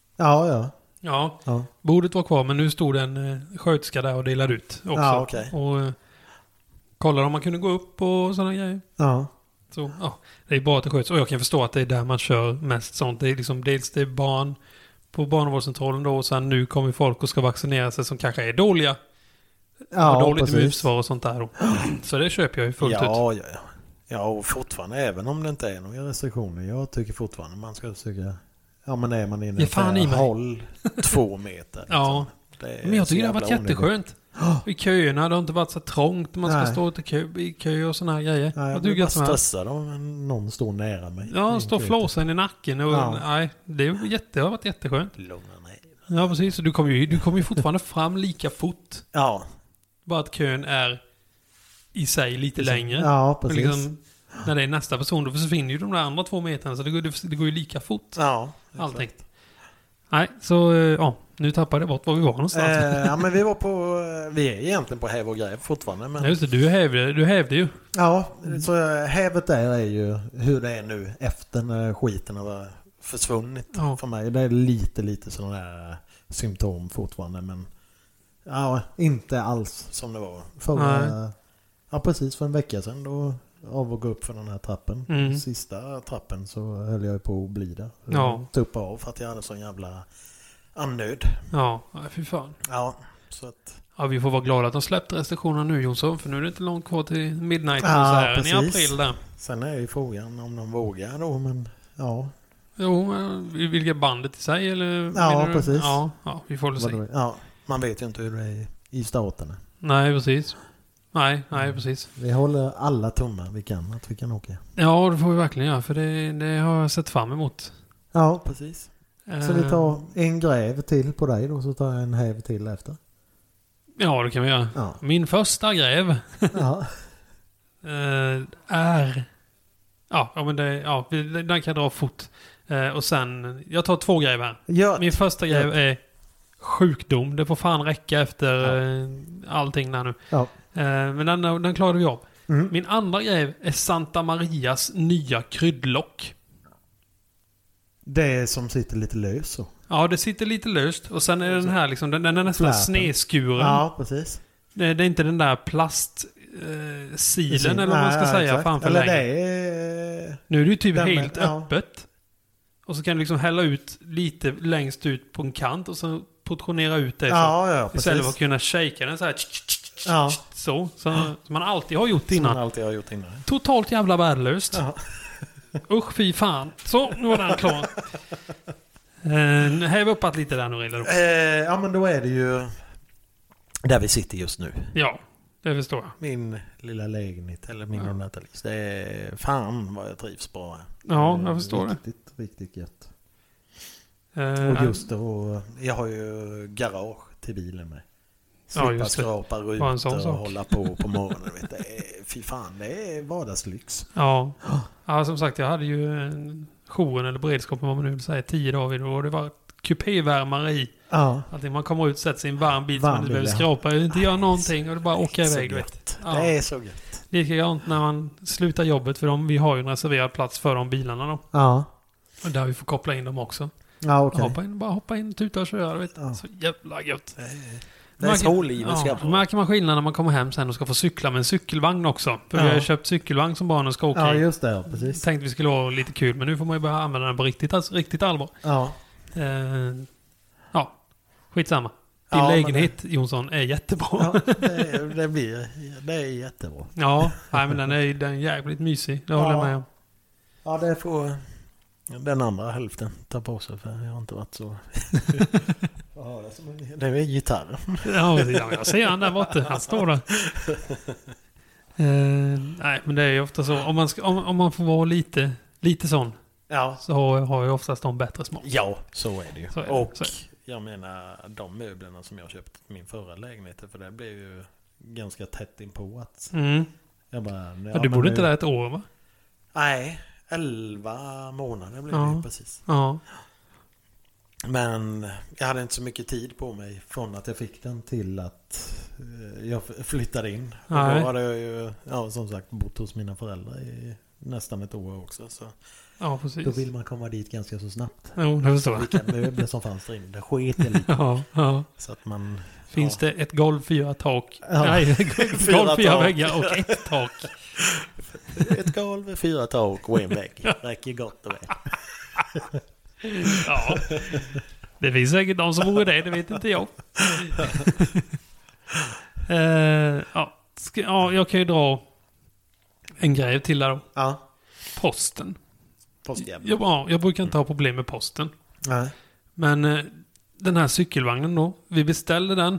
[SPEAKER 2] Ja. Bordet var kvar, men nu stod en sköterska där och delade ut också.
[SPEAKER 1] Ja, okej.
[SPEAKER 2] Och kollade om man kunde gå upp och sådana grejer.
[SPEAKER 1] Ja.
[SPEAKER 2] Så, det är bara att det sköts. Och jag kan förstå att det är där man kör mest sånt. Det är liksom, dels det är barn på barnavårdscentralen då, och sen nu kommer folk och ska vaccinera sig som kanske är dåliga. Ja, och dåligt immunförsvar och sånt där då. Så det köper jag ju fullt ut.
[SPEAKER 1] Ja, och fortfarande, även om det inte är några restriktioner, jag tycker fortfarande man ska försöka... Ja, men är man inne på håll 2 meter. Liksom.
[SPEAKER 2] Ja, men jag tycker det har varit jätteskönt. I köerna, det har inte varit så trångt. Man ska stå i kö och såna här grejer.
[SPEAKER 1] Nej, jag blir bara stressad om någon står nära mig.
[SPEAKER 2] Ja, stå och flåsa i nacken. Och, nej, det har varit jätteskönt. Ja, precis. Så du kommer ju fortfarande fram lika fort.
[SPEAKER 1] Ja.
[SPEAKER 2] Bara att kön är i sig lite längre.
[SPEAKER 1] Ja, precis.
[SPEAKER 2] Liksom, när det är nästa person, då försvinner ju de där andra 2 meterna. Så det går ju lika fort.
[SPEAKER 1] Ja.
[SPEAKER 2] Allting. Nej, så nu tappade jag bort var vi var någonstans.
[SPEAKER 1] Ja, men vi är egentligen på häv och gräv fortfarande. Men...
[SPEAKER 2] Ja, just det, du hävde ju.
[SPEAKER 1] Ja, så hävet där är ju hur det är nu efter när skiten har försvunnit för mig. Det är lite sådana där symptom fortfarande, men inte alls som det var precis för en vecka sedan då av att gå upp för den här trappen. Sista trappen så höll jag på att bli där. Tuppa av för att jag hade sån jävla annöd.
[SPEAKER 2] Ja, fy fan.
[SPEAKER 1] Ja, så att...
[SPEAKER 2] Ja, vi får vara glada att de släppte restriktionerna nu, Jonsson, för nu är det inte långt kvar till midnight-konserten i april där.
[SPEAKER 1] Sen är ju frågan om de vågar då, men ja.
[SPEAKER 2] Jo, vilka bandet i sig eller?
[SPEAKER 1] Ja, precis.
[SPEAKER 2] Ja, vi får väl se.
[SPEAKER 1] Ja, man vet ju inte hur det är i staterna.
[SPEAKER 2] Nej, precis. Nej, precis.
[SPEAKER 1] Vi håller alla tummar vi kan att vi kan åka.
[SPEAKER 2] Ja, det får vi verkligen göra, för det har jag sett fram emot.
[SPEAKER 1] Ja, precis. Så vi tar en gräv till på dig då, så tar jag en häv till efter.
[SPEAKER 2] Ja, det kan vi göra. Ja. Min första gräv.
[SPEAKER 1] Ja.
[SPEAKER 2] är... Ja, men den kan jag dra fort. Och sen, jag tar 2 grejer här.
[SPEAKER 1] Ja,
[SPEAKER 2] min första grej är sjukdom. Det får fan räcka efter allting där nu.
[SPEAKER 1] Ja.
[SPEAKER 2] Men den klarade vi av.
[SPEAKER 1] Mm.
[SPEAKER 2] Min andra grej är Santa Marias nya kryddlock.
[SPEAKER 1] Det som sitter lite lös så.
[SPEAKER 2] Ja, det sitter lite löst. Och sen är den här liksom, den är nästan snedskuren.
[SPEAKER 1] Ja, precis.
[SPEAKER 2] Det är inte den där plastsilen eller vad man ska säga
[SPEAKER 1] exakt.
[SPEAKER 2] framför
[SPEAKER 1] eller
[SPEAKER 2] längre.
[SPEAKER 1] det är...
[SPEAKER 2] Nu är det ju typ helt öppet. Och så kan du liksom hälla ut lite längst ut på en kant och så portionera ut det.
[SPEAKER 1] Ja, precis.
[SPEAKER 2] Istället för att kunna shaka den så här. Så man alltid har gjort innan. Totalt jävla värdelöst.
[SPEAKER 1] Ja.
[SPEAKER 2] Usch, fy fan. Så, nu var den klar. Häv uppat lite där nu, Rille.
[SPEAKER 1] Ja, men då är det ju där vi sitter just nu.
[SPEAKER 2] Ja, det förstår jag.
[SPEAKER 1] Min lilla lägenhet, eller min och Nathalies. Det är fan vad jag trivs bra här.
[SPEAKER 2] Ja, jag förstår
[SPEAKER 1] riktigt gött. Och just då, jag har ju garage till bilen med. Slippa skrapa rutor och hålla på morgonen. Vet du. Fy fan, det är vardagslyx.
[SPEAKER 2] Ja, som sagt, jag hade ju jouren eller beredskapen, vad man nu vill säga, 10 dagar och det var kupévärmare i.
[SPEAKER 1] Ja.
[SPEAKER 2] Att man kommer ut och sätter sig i en varm bil som man inte behöver skrapa, inte göra någonting och det bara åka iväg. Vet. Ja.
[SPEAKER 1] Det är så gött.
[SPEAKER 2] Likadant när man slutar jobbet, för vi har ju en reserverad plats för de bilarna då.
[SPEAKER 1] Ja.
[SPEAKER 2] Och där vi får koppla in dem också.
[SPEAKER 1] Ja, okej.
[SPEAKER 2] Bara hoppa in, tuta och köra, vet. Ja. Så jävla gött.
[SPEAKER 1] Det är så livet ska vara.
[SPEAKER 2] Märker man skillnad när man kommer hem sen och ska få cykla med en cykelvagn också. För vi har köpt cykelvagn som barnen ska åka i.
[SPEAKER 1] Ja, just det. Precis.
[SPEAKER 2] Tänkte vi skulle vara lite kul, men nu får man ju börja använda den på riktigt allvar.
[SPEAKER 1] Ja.
[SPEAKER 2] Skitsamma. Din lägenhet, Jonsson, är jättebra.
[SPEAKER 1] Ja, det är jättebra.
[SPEAKER 2] Ja, men den är jävligt mysig. Det håller jag med om.
[SPEAKER 1] Ja, det får den andra hälften ta på sig, för jag har inte varit så... det är gitarren.
[SPEAKER 2] Ja, jag ser han där borta. Han står där. Nej, men det är ju ofta så. Om man får vara lite sån, så har ju oftast de bättre smak.
[SPEAKER 1] Ja, så är det ju.
[SPEAKER 2] Och
[SPEAKER 1] jag menar, de möblerna som jag köpte till min förra lägenhet, för det blev ju ganska tätt in på att... Jag bara,
[SPEAKER 2] du bodde inte där ett år, va?
[SPEAKER 1] Nej, 11 månader blev det precis.
[SPEAKER 2] Ja.
[SPEAKER 1] Men jag hade inte så mycket tid på mig från att jag fick den till att jag flyttade in. Och då hade jag ju, som sagt, bott hos mina föräldrar i nästan ett år också. Så
[SPEAKER 2] precis.
[SPEAKER 1] Då vill man komma dit ganska så snabbt.
[SPEAKER 2] Jo, det förstår jag.
[SPEAKER 1] Vilka möbler som fanns där inne, det sket jag lite. Så att man...
[SPEAKER 2] Finns det ett golv, 4 tak? Nej, golv, 4 väggar och ett tak.
[SPEAKER 1] Ett golv, 4 tak och en vägg. Räcker gott och väl.
[SPEAKER 2] Ja, det finns säkert de som vore det vet inte jag. Jag kan ju dra en grej till där då.
[SPEAKER 1] Ja.
[SPEAKER 2] Posten.
[SPEAKER 1] Postjävlar.
[SPEAKER 2] Jag brukar inte ha problem med posten.
[SPEAKER 1] Nej.
[SPEAKER 2] Men den här cykelvagnen då, vi beställde den.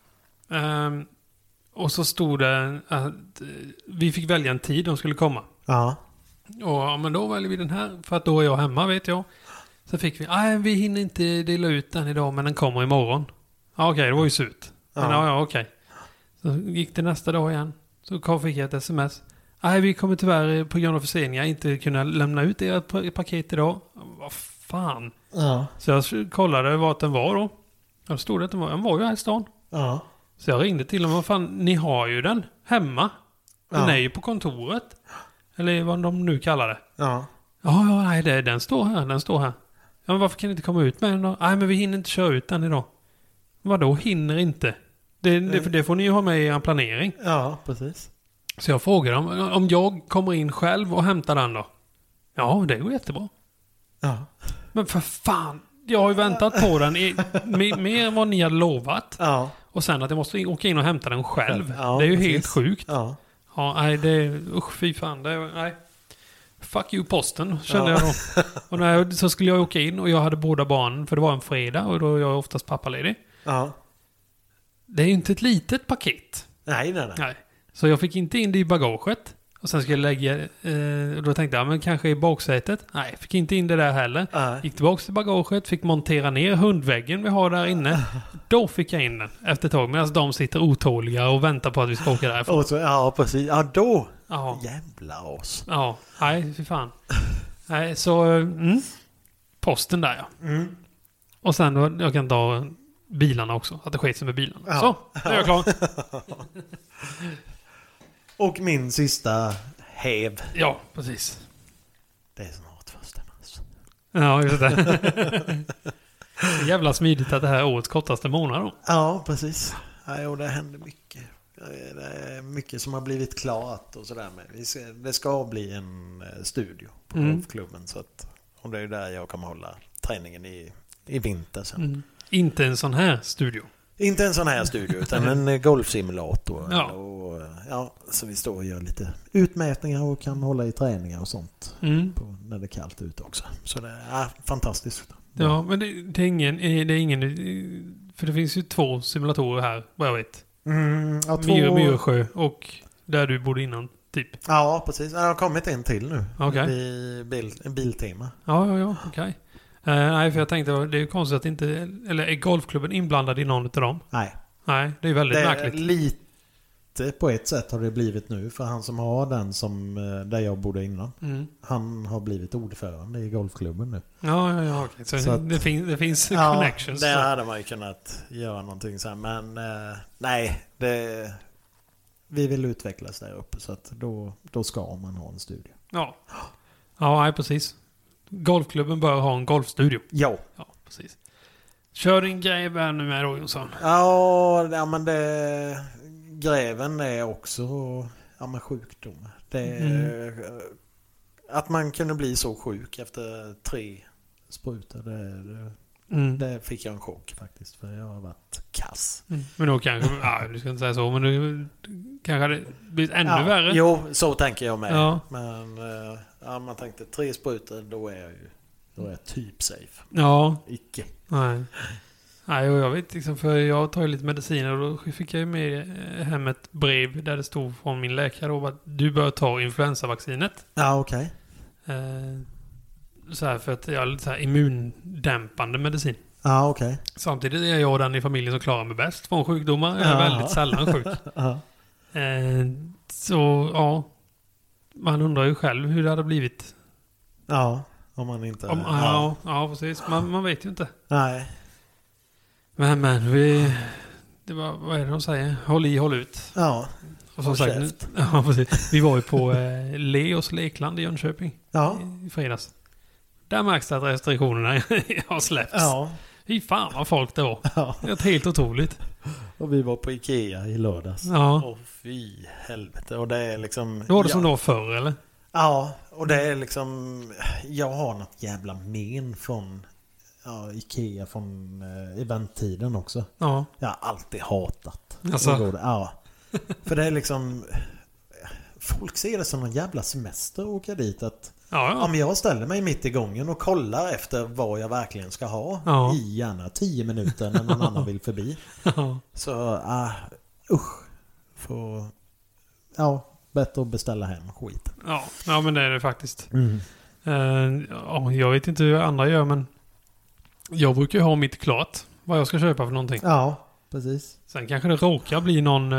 [SPEAKER 2] Och så stod det att vi fick välja en tid de skulle komma.
[SPEAKER 1] Ja.
[SPEAKER 2] Och men då väljer vi den här, för att då är jag hemma, vet jag. Så fick vi hinner inte dela ut den idag, men den kommer imorgon. Okej, det var ju surt. Men okej. Så gick det nästa dag igen. Så fick jag ett sms. Vi kommer tyvärr på grund av förseningar inte kunna lämna ut ert paket idag. Vad fan.
[SPEAKER 1] Ja.
[SPEAKER 2] Så jag kollade vart den var då. Jag stod att den var ju här i stan.
[SPEAKER 1] Ja.
[SPEAKER 2] Så jag ringde till dem. Vad fan, ni har ju den hemma. Den är ju på kontoret. Eller vad de nu kallar det.
[SPEAKER 1] Ja.
[SPEAKER 2] Nej, den står här. Ja, men varför kan ni inte komma ut med den då? Nej, men vi hinner inte köra ut den idag. Vadå, hinner inte? Det får ni ju ha med i er planering.
[SPEAKER 1] Ja, precis.
[SPEAKER 2] Så jag frågade om jag kommer in själv och hämtar den då. Ja, det går jättebra.
[SPEAKER 1] Ja.
[SPEAKER 2] Men för fan, jag har ju väntat på den mer än vad ni hade lovat.
[SPEAKER 1] Ja.
[SPEAKER 2] Och sen att jag måste åka in och hämta den själv.
[SPEAKER 1] Ja,
[SPEAKER 2] det är ju
[SPEAKER 1] precis.
[SPEAKER 2] helt sjukt.
[SPEAKER 1] Ja.
[SPEAKER 2] Nej, det är... Usch, fy fan. Nej. Fuck you, posten, kände jag då. Och så skulle jag åka in och jag hade båda barnen, för det var en fredag och då är jag oftast pappaledig.
[SPEAKER 1] Ja.
[SPEAKER 2] Det är ju inte ett litet paket.
[SPEAKER 1] Nej.
[SPEAKER 2] Så jag fick inte in det i bagaget. Och sen skulle jag lägga... då tänkte jag, men kanske i baksätet. Nej, fick inte in det där heller. Gick tillbaka till bagaget, fick montera ner hundväggen vi har där inne. Då fick jag in den efter ett tag. Medan de sitter otåliga och väntar på att vi ska åka därifrån.
[SPEAKER 1] Ja, precis. Ja,
[SPEAKER 2] Ja.
[SPEAKER 1] Jävla oss.
[SPEAKER 2] Ja, nej, fy fan. Nej, så... posten där, ja. Och sen då, jag kan ta bilarna också. Att det sker sig med bilarna. Ja. Så, nu är jag klar.
[SPEAKER 1] Och min sista häv.
[SPEAKER 2] Ja, precis.
[SPEAKER 1] Det är snart 1 mars.
[SPEAKER 2] Ja, just det. Jävla smidigt att det här är årets kortaste månad då.
[SPEAKER 1] Ja, precis. Ja, och det händer mycket. Det är mycket som har blivit klart och sådär. Men det ska bli en studio på golfklubben. Så att, och det är där jag kommer hålla träningen i vinter sen.
[SPEAKER 2] Inte en sån här studio.
[SPEAKER 1] Inte en sån här studio utan en golfsimulator.
[SPEAKER 2] Ja.
[SPEAKER 1] Och, ja, så vi står och gör lite utmätningar och kan hålla i träningar och sånt. När det är kallt ute också. Så det är fantastiskt.
[SPEAKER 2] Ja, men det är ingen... För det finns ju 2 simulatorer här, vad jag vet.
[SPEAKER 1] Ja,
[SPEAKER 2] Myresjö och där du bodde innan, typ.
[SPEAKER 1] Ja, precis. Jag har kommit en till nu.
[SPEAKER 2] Okay.
[SPEAKER 1] En biltema.
[SPEAKER 2] Ja, okej. Nej, för jag tänkte, det är ju konstigt att inte... Eller är golfklubben inblandad i någon av dem?
[SPEAKER 1] Nej.
[SPEAKER 2] Nej, det är väldigt märkligt.
[SPEAKER 1] Lite på ett sätt har det blivit nu. För han som har den som där jag bodde innan. Han har blivit ordförande i golfklubben nu.
[SPEAKER 2] Ja, okej. Så att, det finns connections.
[SPEAKER 1] Ja, det hade man ju kunnat göra någonting så här. Men nej, vi vill utvecklas där uppe. Så att då ska man ha en studio.
[SPEAKER 2] Ja, nej, precis. Golfklubben bör ha en golfstudio.
[SPEAKER 1] Ja,
[SPEAKER 2] precis. Kör din grej här nu med då, Jonsson.
[SPEAKER 1] Ja, men gräven är också med sjukdomar. Att man kunde bli så sjuk efter 3 sprutor, det fick jag en chock faktiskt. För jag har varit kass.
[SPEAKER 2] Men då kanske, du ska inte säga så, men du kanske hade blivit ännu värre.
[SPEAKER 1] Jo, så tänker jag med.
[SPEAKER 2] Ja.
[SPEAKER 1] Men man tänkte 3 sprutor, då är jag typ safe.
[SPEAKER 2] Ja.
[SPEAKER 1] Icke.
[SPEAKER 2] Nej, och jag vet liksom, för jag tar ju lite mediciner och då fick jag ju med hem ett brev där det stod från min läkare då att du bör ta influensavaccinet.
[SPEAKER 1] Ja, okej.
[SPEAKER 2] Så här, för att jag har lite så här immundämpande medicin.
[SPEAKER 1] Ja, okej.
[SPEAKER 2] Samtidigt är jag den i familjen som klarar mig bäst från sjukdomar. Jag är väldigt sällan sjuk. Så, ja. Man undrar ju själv hur det hade blivit.
[SPEAKER 1] Ja, om man inte...
[SPEAKER 2] Ja, precis. Man vet ju inte.
[SPEAKER 1] Nej.
[SPEAKER 2] Men det var, vad är det de säger? Håll i, håll ut.
[SPEAKER 1] Ja.
[SPEAKER 2] Och som sagt, ja, precis. Vi var ju på Leos lekland i Jönköping i fredags. Där märks det att restriktionerna har släppts. Ja. Fy fan vad folk det var. Ja. Det är helt otroligt.
[SPEAKER 1] Och vi var på Ikea i lördags.
[SPEAKER 2] Ja.
[SPEAKER 1] Fy helvete. Och det är liksom...
[SPEAKER 2] Det var det som det var förr, eller?
[SPEAKER 1] Ja, och det är liksom... Jag har något jävla men från Ikea från eventtiden också. Ja. Jag har alltid hatat.
[SPEAKER 2] Alltså.
[SPEAKER 1] Ja. För det är liksom... Folk ser det som en jävla semester att åka dit. Att om jag ställer mig mitt i gången och kollar efter vad jag verkligen ska ha i gärna 10 minuter när någon annan vill förbi. Så bättre att beställa hem skiten.
[SPEAKER 2] Ja, men det är det faktiskt. Jag vet inte hur andra gör, men jag brukar ju ha mitt klart vad jag ska köpa för någonting.
[SPEAKER 1] Ja, precis.
[SPEAKER 2] Sen kanske det råkar bli någon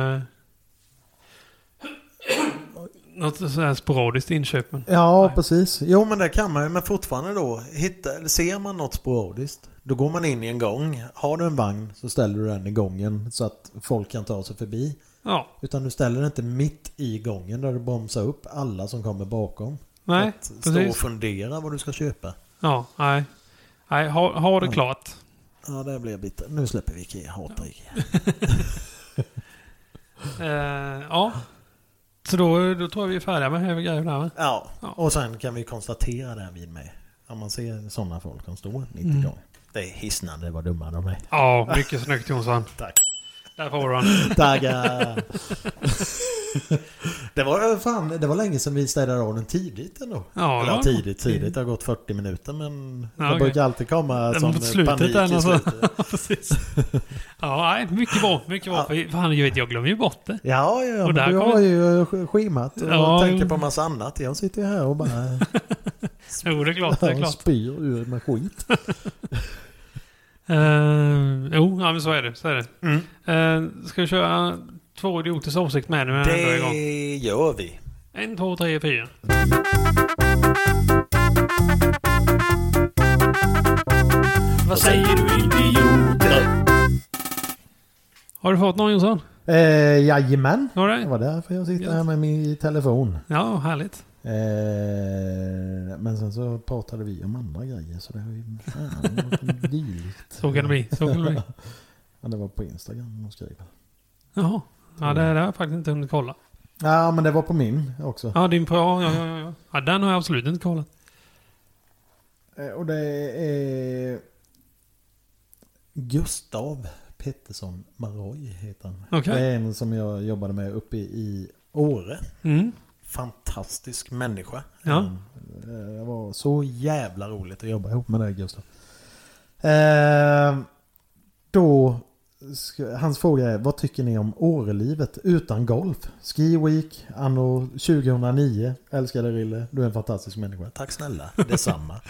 [SPEAKER 2] något sådär sporadiskt inköp. Men...
[SPEAKER 1] Ja, precis. Jo, men det kan man ju. Men fortfarande då, ser man något sporadiskt, då går man in i en gång. Har du en vagn så ställer du den i gången så att folk kan ta sig förbi. Ja. Utan du ställer den inte mitt i gången där du bromsar upp alla som kommer bakom.
[SPEAKER 2] Nej,
[SPEAKER 1] att stå och fundera vad du ska köpa.
[SPEAKER 2] Ja, nej. Nej, ha det klart.
[SPEAKER 1] Ja, det blir bitter. Nu släpper vi Ikea. Hatar Ikea.
[SPEAKER 2] Ja. Så då tror jag vi är färdiga med hela grejen där, va?
[SPEAKER 1] Ja, och sen kan vi konstatera där vid mig. Om man ser sådana folk som står 90 gånger. Det är hisnande vad dumma de är.
[SPEAKER 2] Ja, mycket snyggt Jonsson.
[SPEAKER 1] Tack.
[SPEAKER 2] Där får du den.
[SPEAKER 1] Tackar. Det var länge sedan vi städade av den tidigt ändå.
[SPEAKER 2] Ja,
[SPEAKER 1] eller tidigt. Det har gått 40 minuter, men det brukar alltid komma som panik i slutet.
[SPEAKER 2] Precis. Ja, nej, mycket bra. För fan, jag glömmer ju bort det.
[SPEAKER 1] Ja, och där du har ju schemat och tänker på massa annat. Jag sitter ju här och bara
[SPEAKER 2] jo, det är klart.
[SPEAKER 1] Spyr ur med skit.
[SPEAKER 2] Men så är det. Ska vi köra 2 idioters åsikt med nu?
[SPEAKER 1] Det gör vi.
[SPEAKER 2] 1, 2, 3, 4. Vad säger du, idioter? Har du fått någon, Jonsson?
[SPEAKER 1] Jajamän.
[SPEAKER 2] Var det?
[SPEAKER 1] Det var därför jag sitter här med min telefon.
[SPEAKER 2] Ja, härligt.
[SPEAKER 1] Men sen så pratade vi om andra grejer, så det har ju dylikt.
[SPEAKER 2] Så kan det bli.
[SPEAKER 1] Ja, det var på Instagram och skrev.
[SPEAKER 2] Jaha. Ja, det har jag faktiskt inte hunnit kolla.
[SPEAKER 1] Ja, men det var på min också.
[SPEAKER 2] Ja, din på... Ja. Ja, den har jag absolut inte kollat.
[SPEAKER 1] Och det är Gustav Pettersson Maroy heter han.
[SPEAKER 2] Okay.
[SPEAKER 1] Det är en som jag jobbade med uppe i Åre.
[SPEAKER 2] Mm.
[SPEAKER 1] Fantastisk människa.
[SPEAKER 2] Ja.
[SPEAKER 1] Det var så jävla roligt att jobba ihop med dig, Gustav. Hans fråga är: vad tycker ni om Årelivet utan golf? Ski Week anno 2009. Älskade Rille, du är en fantastisk människa. Tack snälla, detsamma.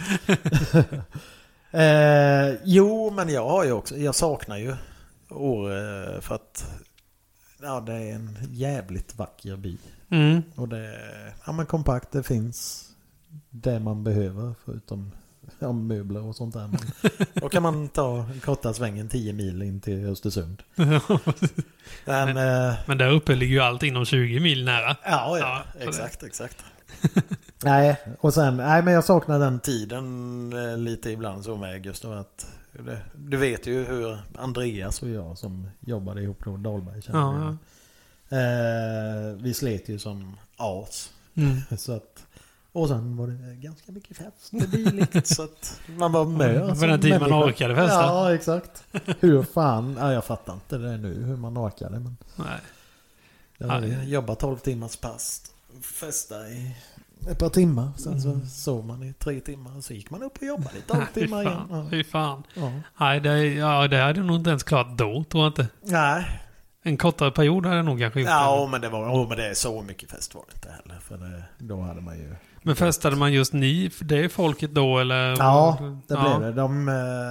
[SPEAKER 1] Jo, men jag har ju också, jag saknar ju Åre för att det är en jävligt vacker by.
[SPEAKER 2] Mm.
[SPEAKER 1] Och det är men kompakt, det finns det man behöver förutom möbler och sånt där. Men då kan man ta korta svängen 10 mil in till Östersund.
[SPEAKER 2] Men där uppe ligger ju allt inom 20 mil nära.
[SPEAKER 1] Ja, exakt. Nej, men jag saknar den tiden lite ibland så med Gustav att du vet ju hur Andreas och jag som jobbade ihop på Dahlberg känner vi slet ju som as. Så att, och sen var det ganska mycket fest och dylikt, så att man var med.
[SPEAKER 2] För den tid man orkade festa.
[SPEAKER 1] Ja, exakt. Hur fan, jag fattar inte det nu hur man orkade. Men
[SPEAKER 2] nej.
[SPEAKER 1] Jag jobbade 12 timmars pass, festa i ett par timmar, sen så sov man i 3 timmar och så gick man upp och jobbade i 12 timmar igen.
[SPEAKER 2] Fy fan.
[SPEAKER 1] Ja.
[SPEAKER 2] Nej, det hade nog inte ens klart då, tror jag inte.
[SPEAKER 1] Nej.
[SPEAKER 2] En kortare period hade jag nog kanske gjort.
[SPEAKER 1] Ja, men det är så mycket fest var det inte heller. För då hade man ju...
[SPEAKER 2] Men festade man just det är folket då, eller?
[SPEAKER 1] Ja, det blev det. De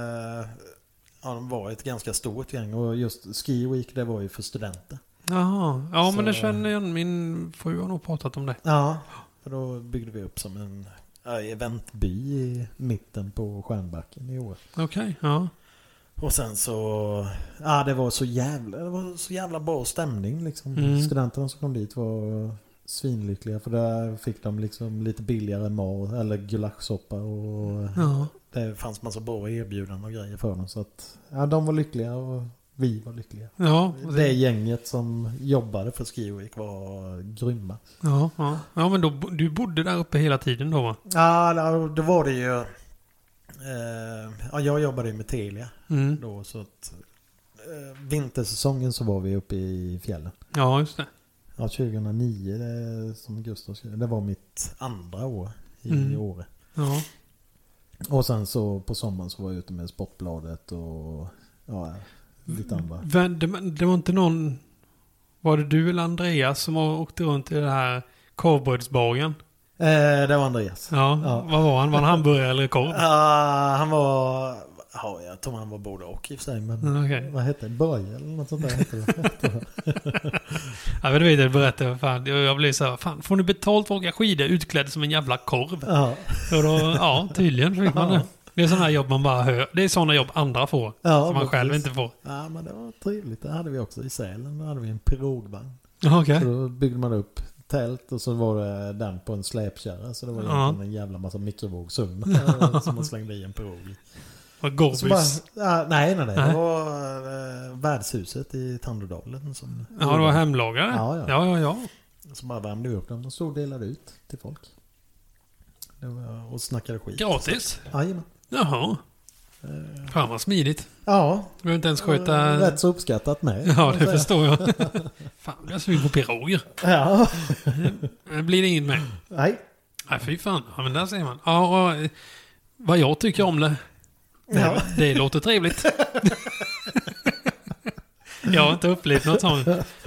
[SPEAKER 1] var ett ganska stort gäng. Och just Ski Week, det var ju för studenter.
[SPEAKER 2] Jaha, ja,
[SPEAKER 1] så...
[SPEAKER 2] men det känner jag. Min fru har nog pratat om det.
[SPEAKER 1] Ja, för då byggde vi upp som en eventby i mitten på Stjärnbacken i år.
[SPEAKER 2] Okej, ja.
[SPEAKER 1] Och sen så det var så jävla bra stämning liksom. Studenterna som kom dit var svinlyckliga, för där fick de liksom lite billigare mat eller gulaschsoppa och det fanns massa bra erbjudanden och grejer för dem, så att de var lyckliga och vi var lyckliga. Ja, det gänget som jobbade för Ski Week var grymma.
[SPEAKER 2] Ja, men då, du bodde där uppe hela tiden då, va?
[SPEAKER 1] Ja, då var det ju jag jobbade med Telia då, så att vintersäsongen så var vi uppe i fjällen.
[SPEAKER 2] Ja, just det.
[SPEAKER 1] Ja, 2009 som Gustav skrev, det var mitt andra år i Åre.
[SPEAKER 2] Ja.
[SPEAKER 1] Och sen så på sommaren så var jag ute med Sportbladet och lite andra.
[SPEAKER 2] Det var inte någon... Var det du eller Andreas som åkte runt i det här korvbrödsbagen?
[SPEAKER 1] Det var Andreas.
[SPEAKER 2] Ja. Vad var han? Var han hamburgare eller korv?
[SPEAKER 1] Han var... Ja, jag tror han var både och i och för sig. Men vad hette det? Börje eller något sånt där hette det.
[SPEAKER 2] Ja, men du vet, jag berättade fan. Jag blev så här, fan, får ni betalt för att åka skidor utklädd som en jävla korv?
[SPEAKER 1] Ja.
[SPEAKER 2] Och då, tydligen fick man det. Det är sådana jobb man bara hör. Det är sådana jobb andra får. Som man själv inte får.
[SPEAKER 1] Ja, men det var trevligt. Det hade vi också i Sälen. Då hade vi en pirogvagn.
[SPEAKER 2] Okay.
[SPEAKER 1] Så då byggde man upp tält och så var det den på en släpkärra. Så det var egentligen en jävla massa mikrovågsugn som man slängde i en pirog.
[SPEAKER 2] Och Gorbis?
[SPEAKER 1] Nej. Det var värdshuset i Tandådalen.
[SPEAKER 2] Det var hemlagare? Ja.
[SPEAKER 1] Så bara värmde vi upp dem och så delade ut till folk. Och snackade skit.
[SPEAKER 2] Gratis?
[SPEAKER 1] Jajamän.
[SPEAKER 2] Jaha. Fan vad smidigt.
[SPEAKER 1] Ja.
[SPEAKER 2] Du behöver inte ens sköta...
[SPEAKER 1] Rätt så uppskattat med.
[SPEAKER 2] Ja, det förstår jag. Fan, jag är sugen på piroger.
[SPEAKER 1] Ja.
[SPEAKER 2] Det blir det inget med.
[SPEAKER 1] Nej,
[SPEAKER 2] fy fan. Ja, men där ser man. Ja, vad jag tycker om det. Det låter trevligt. Jag har inte upplevt något sånt.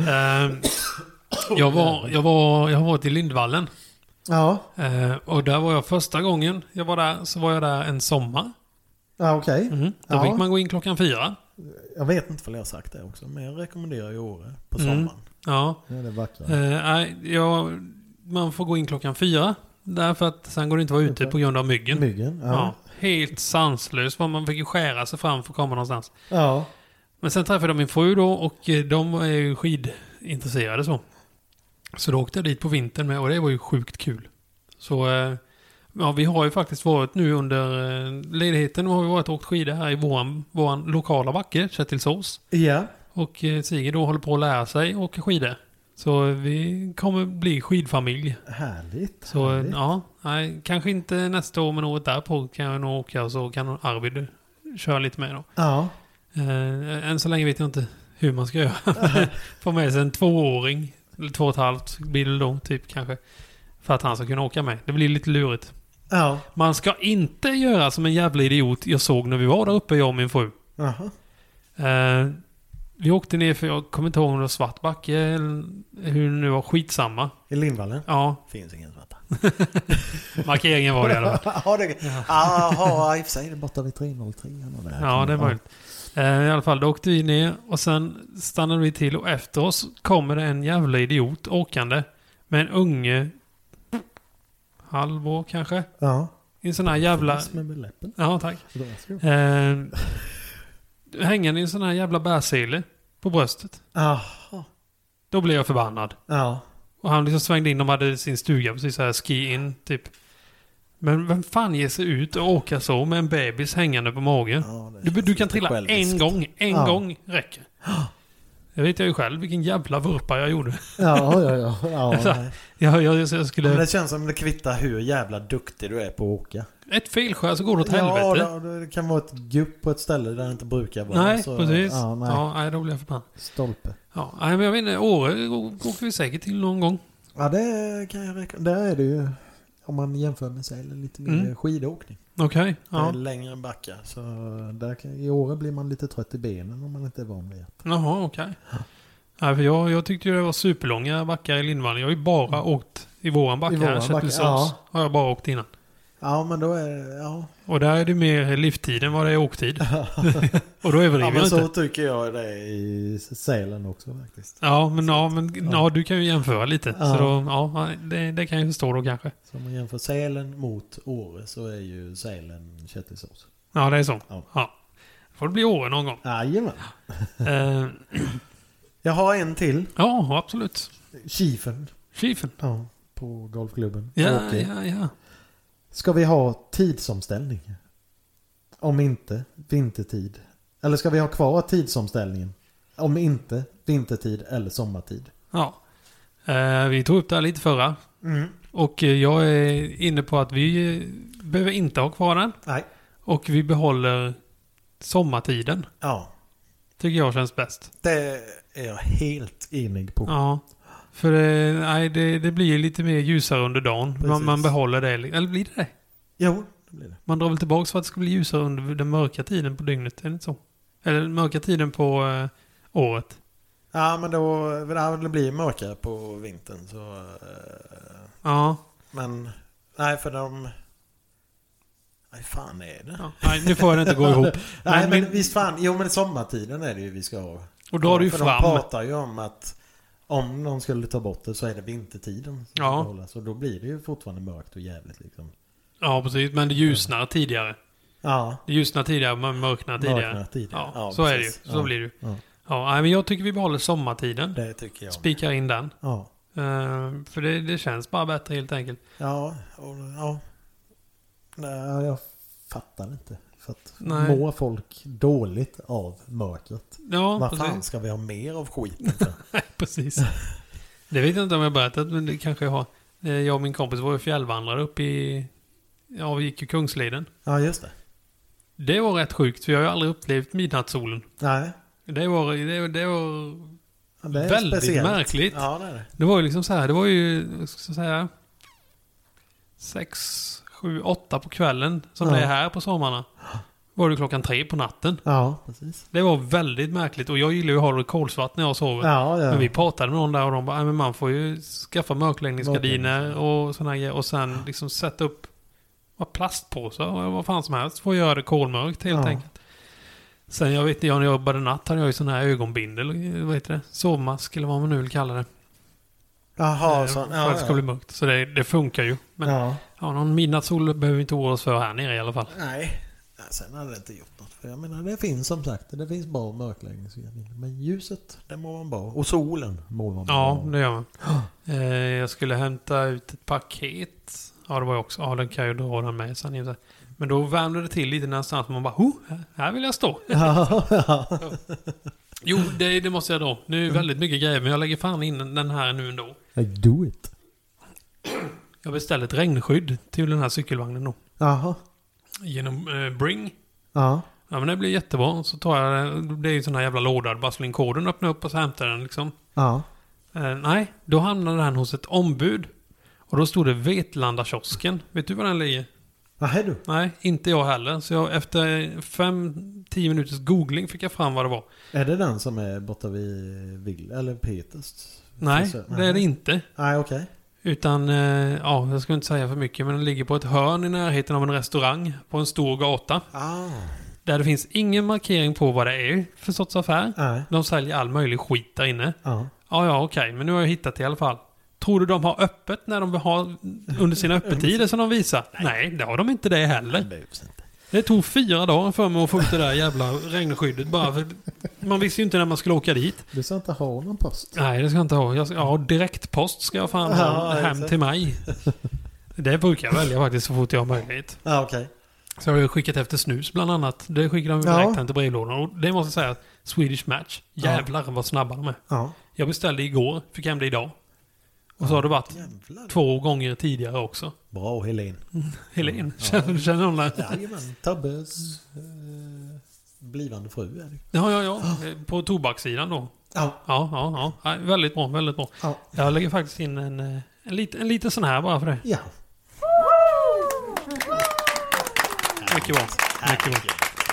[SPEAKER 2] Jag har varit i Lindvallen.
[SPEAKER 1] Ja.
[SPEAKER 2] Och där var jag första gången jag var där, så var jag där en sommar.
[SPEAKER 1] Ja, okej.
[SPEAKER 2] Då fick man gå in 4:00.
[SPEAKER 1] Jag vet inte om jag har sagt det också, men jag rekommenderar ju Åre på sommaren.
[SPEAKER 2] Ja.
[SPEAKER 1] Det är det vackra.
[SPEAKER 2] man får gå in 4:00. Därför att sen går det inte att vara ute på grund av myggen.
[SPEAKER 1] Ja.
[SPEAKER 2] Helt sanslöst. Man fick ju skära sig fram för att komma någonstans.
[SPEAKER 1] Ja.
[SPEAKER 2] Men sen träffade jag min fru då och de är ju skidintresserade så. Så då åkte jag dit på vintern med och det var ju sjukt kul. Så ja, vi har ju faktiskt varit nu under ledigheten och har vi varit och åkt skidor här i våran lokala backe, Kättilsås.
[SPEAKER 1] Ja.
[SPEAKER 2] Och Sigge då håller på att lära sig åka skidor. Så vi kommer bli skidfamilj.
[SPEAKER 1] Härligt.
[SPEAKER 2] Så
[SPEAKER 1] härligt.
[SPEAKER 2] ja, nej, kanske inte nästa år men året därpå kan jag nog åka och så kan Arvid köra lite med då.
[SPEAKER 1] Ja.
[SPEAKER 2] Än så länge vet jag inte hur man ska göra. Få med sig en 2-åring eller 2,5 blir det då typ kanske. För att han ska kunna åka med. Det blir lite lurigt.
[SPEAKER 1] Ja.
[SPEAKER 2] Man ska inte göra som en jävla idiot jag såg när vi var där uppe, jag och min fru.
[SPEAKER 1] Aha.
[SPEAKER 2] Vi åkte ner för jag kommer inte ihåg om det var Svartbacke eller hur det nu var, skitsamma.
[SPEAKER 1] I Lindvallen?
[SPEAKER 2] Ja.
[SPEAKER 1] Finns ingen svarta.
[SPEAKER 2] Markeringen var det i alla fall.
[SPEAKER 1] Jaha, i och för sig är det borta vid 303.
[SPEAKER 2] Ja, det är möjligt. I alla fall, då åkte vi ner och sen stannade vi till och efter oss kommer det en jävla idiot åkande med en unge halvår kanske.
[SPEAKER 1] Ja.
[SPEAKER 2] I en sån här jävla... Ja, tack. Hängande i en sån här jävla bärsele på bröstet.
[SPEAKER 1] Aha.
[SPEAKER 2] Då blev jag förbannad.
[SPEAKER 1] Ja.
[SPEAKER 2] Och han liksom svängde in, de hade sin stuga precis så här ski-in typ. Men vem fan ger sig ut och åka så med en bebis hängande på magen? Ja, du kan trilla en gång. En gång räcker. Jag vet ju själv vilken jävla vurpa jag gjorde. Jag skulle...
[SPEAKER 1] Men det känns som det kvittar hur jävla duktig du är på att åka.
[SPEAKER 2] Ett felskär så går det åt helvete.
[SPEAKER 1] Ja, det kan vara ett gupp på ett ställe där det inte brukar vara.
[SPEAKER 2] Nej,
[SPEAKER 1] så,
[SPEAKER 2] precis.
[SPEAKER 1] Ja,
[SPEAKER 2] nej, då blir jag förbannad.
[SPEAKER 1] Stolpe.
[SPEAKER 2] Ja, men jag vet inte, Åre åker vi säkert till någon gång.
[SPEAKER 1] Ja, det kan jag räkna. Där är det ju, om man jämför med sig, lite mer skidåkning.
[SPEAKER 2] Okej.
[SPEAKER 1] Det är längre backar. Så där i Åre blir man lite trött i benen om man inte är van vid det.
[SPEAKER 2] Jaha, okej. Ja, för jag tyckte ju det var superlånga backar i Lindvallen. Jag har ju bara åkt i våran backa här, Kättilsås. Har jag bara åkt innan.
[SPEAKER 1] Ja, men då är det, ja.
[SPEAKER 2] Och där är det mer livstid än vad det är åktid. Och då överdriver jag inte.
[SPEAKER 1] Ja, men så tycker jag det i Sälen också faktiskt.
[SPEAKER 2] Ja, du kan ju jämföra lite. Ja. Så då, det kan jag förstå då kanske.
[SPEAKER 1] Så om man jämför Sälen mot Åre så är ju Sälen Kättilsås.
[SPEAKER 2] Ja, det är så. Ja. Får det bli Åre någon gång.
[SPEAKER 1] Jajamän. Jag har en till.
[SPEAKER 2] Ja, absolut.
[SPEAKER 1] Schiefen. Ja, på golfklubben.
[SPEAKER 2] Ja.
[SPEAKER 1] Ska vi ha tidsomställning? Om inte, vintertid. Eller ska vi ha kvar tidsomställningen? Om inte, vintertid eller sommartid.
[SPEAKER 2] Ja. Vi tog upp det här lite förra. Och jag är inne på att vi behöver inte ha kvar den.
[SPEAKER 1] Nej.
[SPEAKER 2] Och vi behåller sommartiden.
[SPEAKER 1] Ja.
[SPEAKER 2] Tycker jag känns bäst.
[SPEAKER 1] Det är jag helt enig på.
[SPEAKER 2] Ja. För det blir lite mer ljusare under dagen. Man behåller det. Eller blir det?
[SPEAKER 1] Jo, det blir det.
[SPEAKER 2] Man drar väl tillbaka för att det ska bli ljusare under den mörka tiden på dygnet. Är det inte så? Eller den mörka tiden på året.
[SPEAKER 1] Ja, men då det blir mörkare på vintern. Så,
[SPEAKER 2] ja.
[SPEAKER 1] Men nej, för de... Nej, fan är det?
[SPEAKER 2] Ja, nej, nu får det inte gå ihop.
[SPEAKER 1] Men visst fan. Jo, men sommartiden är det ju vi ska ha.
[SPEAKER 2] Och då har du ju fram...
[SPEAKER 1] de pratar ju om att om någon skulle ta bort det så är det vintertiden. Ja. Så då blir det ju fortfarande mörkt och jävligt liksom.
[SPEAKER 2] Ja, precis. Men det ljusnar tidigare.
[SPEAKER 1] Ja.
[SPEAKER 2] Det ljusnar tidigare, men mörknar tidigare. Ja, så precis. Är det ju. Så blir det ju. Ja, men jag tycker vi behåller sommartiden.
[SPEAKER 1] Det tycker jag.
[SPEAKER 2] Spikar in den.
[SPEAKER 1] Ja.
[SPEAKER 2] För det känns bara bättre helt enkelt.
[SPEAKER 1] Ja. Nej, jag fattar inte. För att mår folk dåligt av mörkret.
[SPEAKER 2] Ja,
[SPEAKER 1] vad fan ska vi ha mer av skiten?
[SPEAKER 2] Nej, precis. Det vet jag inte om jag berättat, men det kanske jag har. Jag och min kompis var ju fjällvandrare uppe i... Ja, vi gick ju Kungsleden.
[SPEAKER 1] Ja, just det.
[SPEAKER 2] Det var rätt sjukt, för jag har ju aldrig upplevt midnattssolen.
[SPEAKER 1] Nej.
[SPEAKER 2] Det var väldigt speciellt. Märkligt.
[SPEAKER 1] Ja, det är det.
[SPEAKER 2] Det var ju liksom så här, det var ju, ska jag säga, 6, 7, 8 på kvällen som det är här på sommarna. Var det 3:00 på natten.
[SPEAKER 1] Ja, precis.
[SPEAKER 2] Det var väldigt märkligt. Och jag gillar ju att ha det kolsvart när jag sover.
[SPEAKER 1] Ja. Men
[SPEAKER 2] vi pratade med någon där och de bara, men man får ju skaffa mörkläggningsgardiner och såna grejer. Och sen liksom sätta upp plastpåsar och vad fan som helst. Får göra det kolmörkt helt enkelt. Sen jag vet inte, när jag jobbade natt hade jag ju sån här ögonbindel. Vad heter det? Sovmask eller vad man nu vill kalla det.
[SPEAKER 1] Jaha,
[SPEAKER 2] för att det ska bli mörkt. Så det funkar ju. Men någon midnattssol behöver vi inte oroa oss för här nere i alla fall.
[SPEAKER 1] Nej. Sen hade det inte gjort något. För jag menar, det finns som sagt, det finns bra mörkläggning. Men ljuset, det må vara bra. Och solen må vara bra.
[SPEAKER 2] Ja, det gör man. Jag skulle hämta ut ett paket. Ja, det var jag också. Ja, den kan jag ju dra den med sen. Men då värmde det till lite någonstans. Man bara, här vill jag stå. Jo, det måste jag dra. Nu är det väldigt mycket grejer. Men jag lägger fan in den här nu ändå.
[SPEAKER 1] Do it.
[SPEAKER 2] Jag beställde ett regnskydd till den här cykelvagnen då.
[SPEAKER 1] Jaha.
[SPEAKER 2] Genom Bring.
[SPEAKER 1] Ja.
[SPEAKER 2] Ja, men det blir jättebra. Så tar jag det är ju sån här jävla låda. Bara slår in koden, öppnar upp och så hämtar den liksom.
[SPEAKER 1] Ja.
[SPEAKER 2] Nej, då hamnade den hos ett ombud. Och då stod det Vetlanda-kiosken. Vet du vad den ligger?
[SPEAKER 1] Nähä du?
[SPEAKER 2] Nej, inte jag heller. Så jag, efter 5-10 minuters googling fick jag fram vad det var.
[SPEAKER 1] Är det den som är borta vid Vill eller Peters?
[SPEAKER 2] Nej, det är det inte.
[SPEAKER 1] Nej, okej.
[SPEAKER 2] Utan, jag ska inte säga för mycket. Men den ligger på ett hörn i närheten av en restaurang. På en stor gata. Där det finns ingen markering på vad det är för sorts affär.
[SPEAKER 1] Nej.
[SPEAKER 2] De säljer all möjlig skit där inne.
[SPEAKER 1] Ja,
[SPEAKER 2] okej. Men nu har jag hittat det i alla fall. Tror du de har öppet när de har under sina öppettider som de visar? Nej, det har de inte det heller. Det tog 4 dagar för mig att få ut det där jävla regnskyddet. Bara för man visste ju inte när man skulle åka dit.
[SPEAKER 1] Du ska inte ha någon post?
[SPEAKER 2] Nej, det ska jag inte ha. Direktpost ska jag fan ha hem till mig. Det brukar jag välja faktiskt så fort jag har möjlighet.
[SPEAKER 1] Ja, okej.
[SPEAKER 2] Så jag har skickat efter snus bland annat. Det skickade de direkt hem till brevlådan. Och det måste jag säga, Swedish Match. Jävlar vad snabba de är.
[SPEAKER 1] Ja.
[SPEAKER 2] Jag beställde igår, fick hem det idag. Och så har det varit 2 gånger tidigare också.
[SPEAKER 1] Bra, Helen.
[SPEAKER 2] Helen, känner hon där?
[SPEAKER 1] Jajamän, Tabbes blivande fru är det.
[SPEAKER 2] Ja. På tobakssidan då. Ja. Väldigt bra, väldigt bra.
[SPEAKER 1] Ja.
[SPEAKER 2] Jag lägger faktiskt in en liten sån här bara för det.
[SPEAKER 1] Ja.
[SPEAKER 2] Mycket bra. Mycket bra.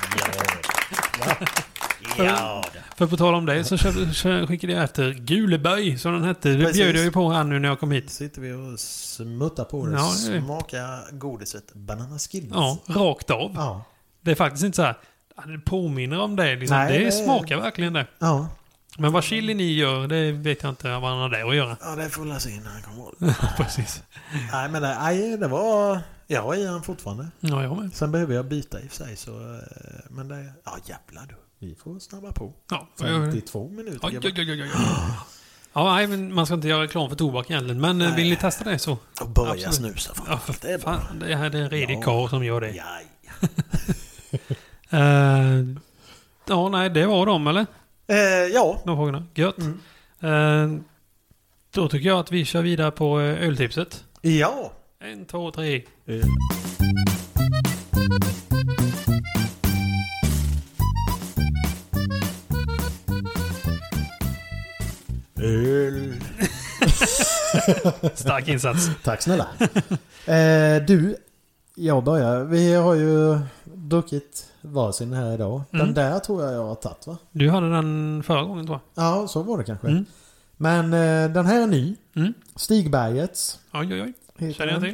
[SPEAKER 1] Ja.
[SPEAKER 2] För på tal om det så skickade jag efter Guleböj som den hette. Det bjöd jag ju på här nu när jag kom hit.
[SPEAKER 1] Sitter vi och smuttar på det.
[SPEAKER 2] Ja,
[SPEAKER 1] Smakar godiset Banana Skins.
[SPEAKER 2] Ja, rakt av.
[SPEAKER 1] Ja.
[SPEAKER 2] Det är faktiskt inte så här. Det påminner om det. Liksom.
[SPEAKER 1] Nej,
[SPEAKER 2] det smakar verkligen det.
[SPEAKER 1] Ja.
[SPEAKER 2] Men vad chili ni gör, det vet jag inte vad han har där att göra.
[SPEAKER 1] Ja, det får jag se när han kommer.
[SPEAKER 2] Precis.
[SPEAKER 1] Nej, men det var... Jag är han fortfarande.
[SPEAKER 2] Ja, jag med.
[SPEAKER 1] Sen behöver jag byta i och för sig. Så, men det... Ja, jävlar du. Vi får snabba på.
[SPEAKER 2] Ja,
[SPEAKER 1] 52 minuter.
[SPEAKER 2] Oj. Ja, nej, men man ska inte göra reklam för tobak egentligen. Men vill ni testa det så...
[SPEAKER 1] Och börja snusa.
[SPEAKER 2] Det är bra. Det är en redig karl som gör det.
[SPEAKER 1] Ja.
[SPEAKER 2] Nej, det var dem, eller?
[SPEAKER 1] Ja.
[SPEAKER 2] De frågorna. Gött. Då tycker jag att vi kör vidare på öltipset.
[SPEAKER 1] Ja.
[SPEAKER 2] 1, 2, 3.
[SPEAKER 1] Öl.
[SPEAKER 2] Stark insats.
[SPEAKER 1] Tack snälla. Du, jag börjar. Vi har ju druckit varsin här idag. Den där tror jag har tagit, va?
[SPEAKER 2] Du hade den förra gången, tror jag.
[SPEAKER 1] Ja, så var det kanske. Men den här är ny. Stigbergets.
[SPEAKER 2] Oj. Känner jag till.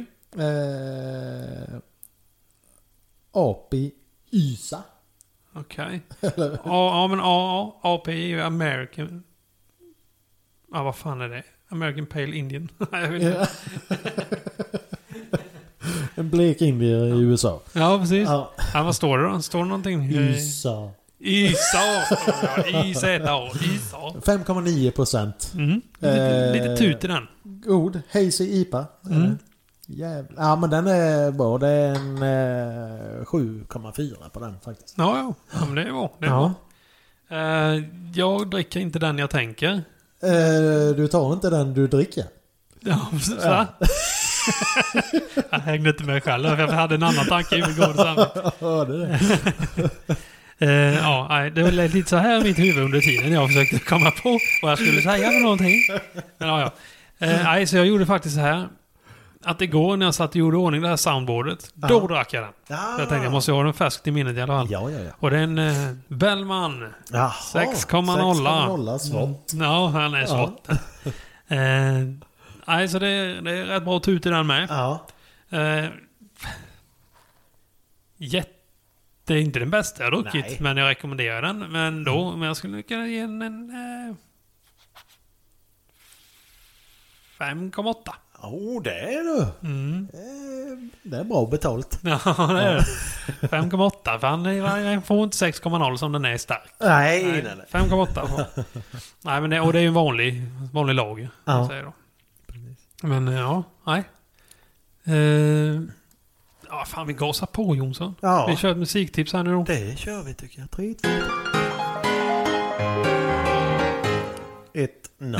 [SPEAKER 1] API Ysa.
[SPEAKER 2] Okej. Ja, men API är ju American. Ja, vad fan är det? American Pale Indian. Jag vet inte.
[SPEAKER 1] En blek indier i USA.
[SPEAKER 2] Ja, precis.
[SPEAKER 1] Ja.
[SPEAKER 2] Ja, vad står det då? Står det någonting?
[SPEAKER 1] Ysa.
[SPEAKER 2] Isa.
[SPEAKER 1] 5,9%.
[SPEAKER 2] Lite tut i den.
[SPEAKER 1] God. Hazy IPA. Jävlar. Ja, men den är bra. Det är en 7,4 på den faktiskt.
[SPEAKER 2] Ja, men det är bra. Det är bra. Jag dricker inte den jag tänker.
[SPEAKER 1] Du tar inte den du dricker?
[SPEAKER 2] Ja, så. Jag hängde inte med själv. Jag hade en annan tanke i min gård samtidigt.
[SPEAKER 1] Ja, det är det.
[SPEAKER 2] Det var lite så här i mitt huvud under tiden jag försökte komma på vad jag skulle säga för någonting. Men så jag gjorde faktiskt så här. Att igår när jag satt och gjorde ordning det här soundboardet, då drack jag den.
[SPEAKER 1] Ja.
[SPEAKER 2] Så jag tänkte jag måste ha den färskt i minnet i alla fall.
[SPEAKER 1] Ja.
[SPEAKER 2] Och det är en Bellman 6,0.
[SPEAKER 1] Svott.
[SPEAKER 2] Ja, han är svott. Så det är rätt bra tut i den med.
[SPEAKER 1] Ja.
[SPEAKER 2] Det är inte den bästa jag har druckit, men jag rekommenderar den. Men jag skulle kunna ge en 5,8.
[SPEAKER 1] Det är du. Det är bra betalt.
[SPEAKER 2] Ja, det är det. 5,8. För han får inte 6,0 som den är stark.
[SPEAKER 1] Nej.
[SPEAKER 2] 5,8. Nej, men det är ju en vanlig lag.
[SPEAKER 1] Ja.
[SPEAKER 2] Säger då. Men nej. Fan, vi gasar på, Jonsson.
[SPEAKER 1] Ja.
[SPEAKER 2] Vi kör ett musiktips här nu då.
[SPEAKER 1] Det kör vi, tycker jag. 3, 2, 1-0.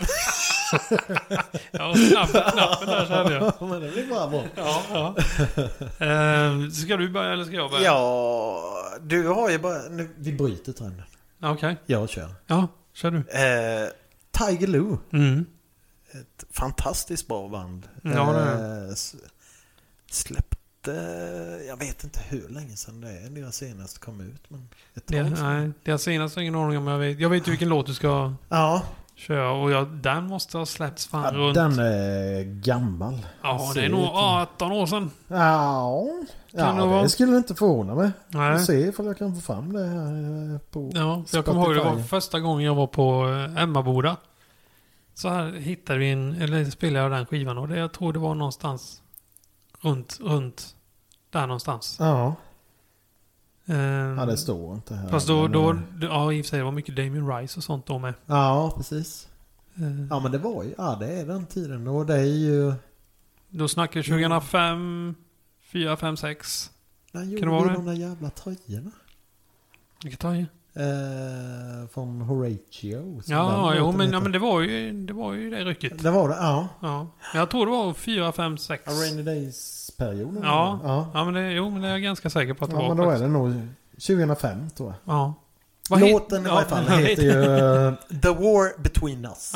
[SPEAKER 2] Ja, knappen där kände jag.
[SPEAKER 1] Men det blir bra.
[SPEAKER 2] Ja. Ska du börja eller ska jag börja?
[SPEAKER 1] Ja, du har ju bara... Nu, vi bryter trenden.
[SPEAKER 2] Okej.
[SPEAKER 1] Jag kör.
[SPEAKER 2] Ja, kör du.
[SPEAKER 1] Tiger Lou.
[SPEAKER 2] Ett
[SPEAKER 1] fantastiskt bra band.
[SPEAKER 2] Ja, det
[SPEAKER 1] släppte... Jag vet inte hur länge sedan det är. Deras senaste kom ut. Men
[SPEAKER 2] deras senaste har ingen aning om jag vet vilken låt du ska...
[SPEAKER 1] Ja.
[SPEAKER 2] Kör, och den måste ha släppts fan runt...
[SPEAKER 1] Den är gammal.
[SPEAKER 2] Ja, det är nog 18 år sedan.
[SPEAKER 1] Det skulle inte förvåna mig.
[SPEAKER 2] Nej.
[SPEAKER 1] Se ifall jag kan få fram det här på
[SPEAKER 2] Spotify. Jag kommer ihåg, det var första gången jag var på Emmaboda. Så här hittade vi spelade jag den skivan, och jag tror det var någonstans runt där någonstans.
[SPEAKER 1] Ja. Det står inte här.
[SPEAKER 2] Fast då i och för sig det var mycket Damien Rice och sånt då med.
[SPEAKER 1] Ja, precis. Ja, men det var ju... Ja, det är den tiden. Och det är ju...
[SPEAKER 2] Då snackar vi 2005, 4, 5, 6.
[SPEAKER 1] Kan det vara det? De där jävla tröjorna.
[SPEAKER 2] Vilka tröjor?
[SPEAKER 1] Från Horatio.
[SPEAKER 2] Men det var ju det rycket.
[SPEAKER 1] Det var det, ja.
[SPEAKER 2] Jag tror det var 4, 5, 6.
[SPEAKER 1] Rainy Days-perioden.
[SPEAKER 2] Ja, men det är jag ganska säker på att det var.
[SPEAKER 1] Men då är det nog 2005, tror jag.
[SPEAKER 2] Ja.
[SPEAKER 1] Låten i alla fall heter ju The War Between Us.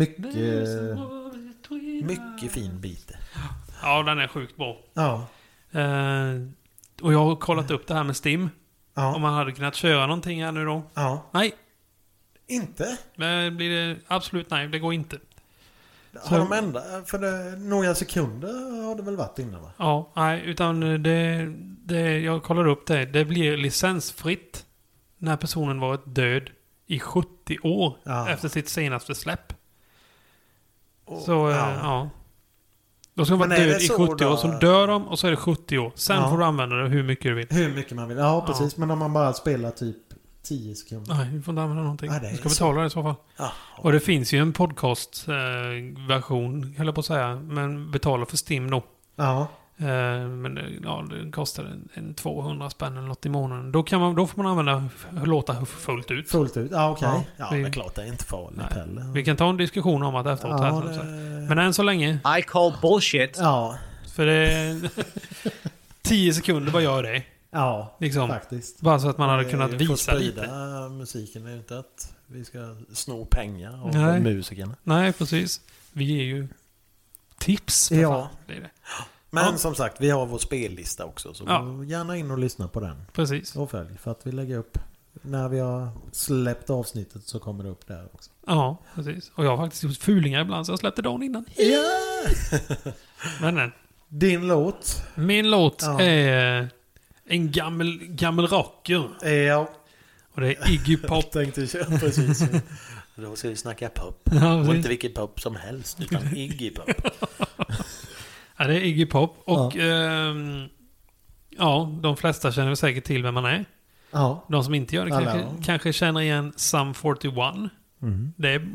[SPEAKER 1] Mycket fin bit.
[SPEAKER 2] Ja, den är sjukt bra.
[SPEAKER 1] Ja.
[SPEAKER 2] Och jag har kollat upp det här med Stim.
[SPEAKER 1] Ja.
[SPEAKER 2] Om man hade kunnat köra någonting här nu då.
[SPEAKER 1] Ja.
[SPEAKER 2] Nej.
[SPEAKER 1] Inte?
[SPEAKER 2] Men blir det absolut nej, det går inte.
[SPEAKER 1] Har de ända? För några sekunder har det väl varit innan, va?
[SPEAKER 2] Ja, nej, utan det jag kollar upp det. Det blir licensfritt när personen varit död i 70 år efter sitt senaste släpp. Då ska man vara död i 70 år, så dör de och så är det 70 år. Sen får du använda det hur mycket du vill.
[SPEAKER 1] Hur mycket man vill. Ja, precis. Men om man bara spelar typ 10 sekunder.
[SPEAKER 2] Nej, du får inte använda någonting. Du ska betala det i så fall.
[SPEAKER 1] Ja.
[SPEAKER 2] Och det finns ju en podcast-version, höll jag på att säga. Men betala för Stim då.
[SPEAKER 1] Ja.
[SPEAKER 2] Men det kostar en 200 spänn eller något i månaden. Då får man använda låta fullt ut.
[SPEAKER 1] Fullt ut, okej. Ja, men klart det är inte farligt heller.
[SPEAKER 2] Vi kan ta en diskussion om att efteråt. Men än så länge...
[SPEAKER 4] I call bullshit.
[SPEAKER 1] Ja.
[SPEAKER 2] För det är 10 sekunder, vad gör det?
[SPEAKER 1] Ja,
[SPEAKER 2] liksom,
[SPEAKER 1] faktiskt.
[SPEAKER 2] Bara så att man hade kunnat visa lite.
[SPEAKER 1] Musiken är ju inte att vi ska sno pengar av musikerna.
[SPEAKER 2] Nej, precis. Vi ger ju tips. Det är det.
[SPEAKER 1] Men som sagt, vi har vår spellista också. Så gå gärna in och lyssna på den.
[SPEAKER 2] Precis.
[SPEAKER 1] Och följ, för att vi lägger upp... När vi har släppt avsnittet så kommer det upp där också.
[SPEAKER 2] Ja, precis. Och jag har faktiskt gjort fulingar ibland, så jag släppte dagen innan.
[SPEAKER 1] Ja!
[SPEAKER 2] Men
[SPEAKER 1] din låt?
[SPEAKER 2] Min låt är en gammal rocker.
[SPEAKER 1] Ja.
[SPEAKER 2] Och det är Iggy Pop.
[SPEAKER 1] Tänkte jag, precis. Då ska vi snacka pop. Och inte vilken pop som helst, utan Iggy Pop.
[SPEAKER 2] Ja, det är Iggy Pop. Och de flesta känner väl säkert till vem man är. Ja. De som inte gör det kanske känner igen Sum 41. Det är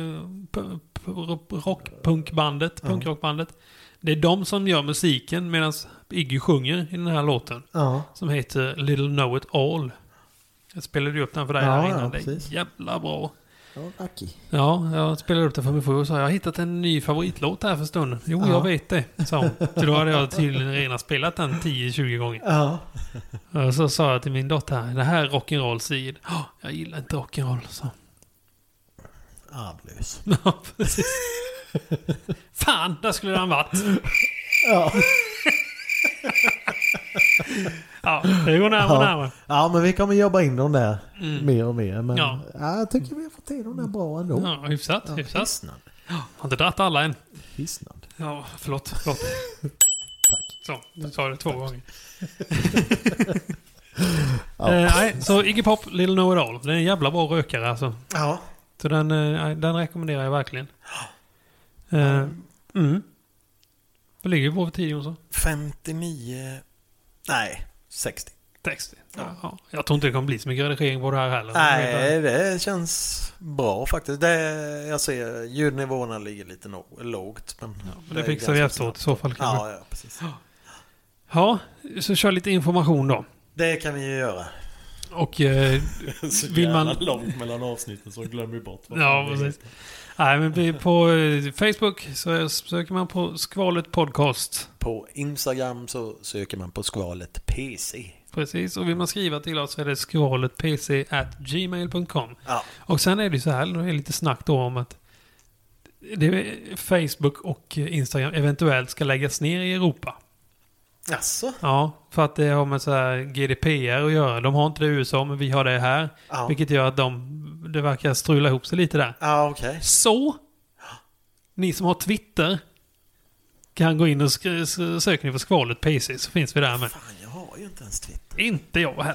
[SPEAKER 2] punkrockbandet. Det är de som gör musiken medan Iggy sjunger i den här låten. Som heter Little Know It All. Jag spelade upp den för dig här innan. Det är jävla bra. Ja, jag spelade upp det för mig förr och sa jag har hittat en ny favoritlåt här för stunden. Jo, jag vet det. Så då hade jag tydligen redan spelat den 10-20 gånger. Och så sa jag till min dotter, det här är rock'n'roll-sid. Jag gillar inte rock'n'roll, så.
[SPEAKER 1] Arvlös.
[SPEAKER 2] Ja, precis. Fan, där skulle den varit. Det går närmare.
[SPEAKER 1] Ja, men vi kommer jobba in dem där mer och mer. Men jag tycker vi har fått till dem där bra ändå.
[SPEAKER 2] Ja, hyfsat.
[SPEAKER 1] Hisnad.
[SPEAKER 2] Har inte dratt alla än.
[SPEAKER 1] Hisnad.
[SPEAKER 2] Ja, förlåt.
[SPEAKER 1] Tack.
[SPEAKER 2] Så, du sa det 2 gånger. Så Iggy Pop, Little Know It All. Det är en jävla bra rökare alltså.
[SPEAKER 1] Ja.
[SPEAKER 2] Så den rekommenderar jag verkligen. Vad ligger vi på för tid, Jonsson?
[SPEAKER 1] 59... Nej, 60.
[SPEAKER 2] 60. Ja. Jag tror inte det kommer bli så mycket redigering på det här heller.
[SPEAKER 1] Nej, det känns bra faktiskt. Jag ser ljudnivåerna ligger lite lågt. Men
[SPEAKER 2] det fixar vi efteråt i så fall.
[SPEAKER 1] Ja, precis.
[SPEAKER 2] Ja, så kör lite information då.
[SPEAKER 1] Det kan vi ju göra.
[SPEAKER 2] Och
[SPEAKER 1] så vill man långt mellan avsnitten så glömmer vi bort.
[SPEAKER 2] Ja, precis. Nej, men på Facebook så söker man på Skvalet Podcast.
[SPEAKER 1] På Instagram så söker man på Skvalet PC.
[SPEAKER 2] Precis, och vill man skriva till oss så är det skvaletpc@gmail.com.
[SPEAKER 1] Ja.
[SPEAKER 2] Och sen är det så här, det är lite snack då om att Facebook och Instagram eventuellt ska läggas ner i Europa.
[SPEAKER 1] Jaså?
[SPEAKER 2] Ja, för att det har med så här GDPR att göra. De har inte det i USA, men vi har det här.
[SPEAKER 1] Ja.
[SPEAKER 2] Vilket gör att det verkar strula ihop sig lite där.
[SPEAKER 1] Ja, okej.
[SPEAKER 2] Så, ni som har Twitter kan gå in och söka ni på Skvalet PC, så finns vi där med.
[SPEAKER 1] Fan, jag har ju inte ens Twitter.
[SPEAKER 2] Inte jag heller.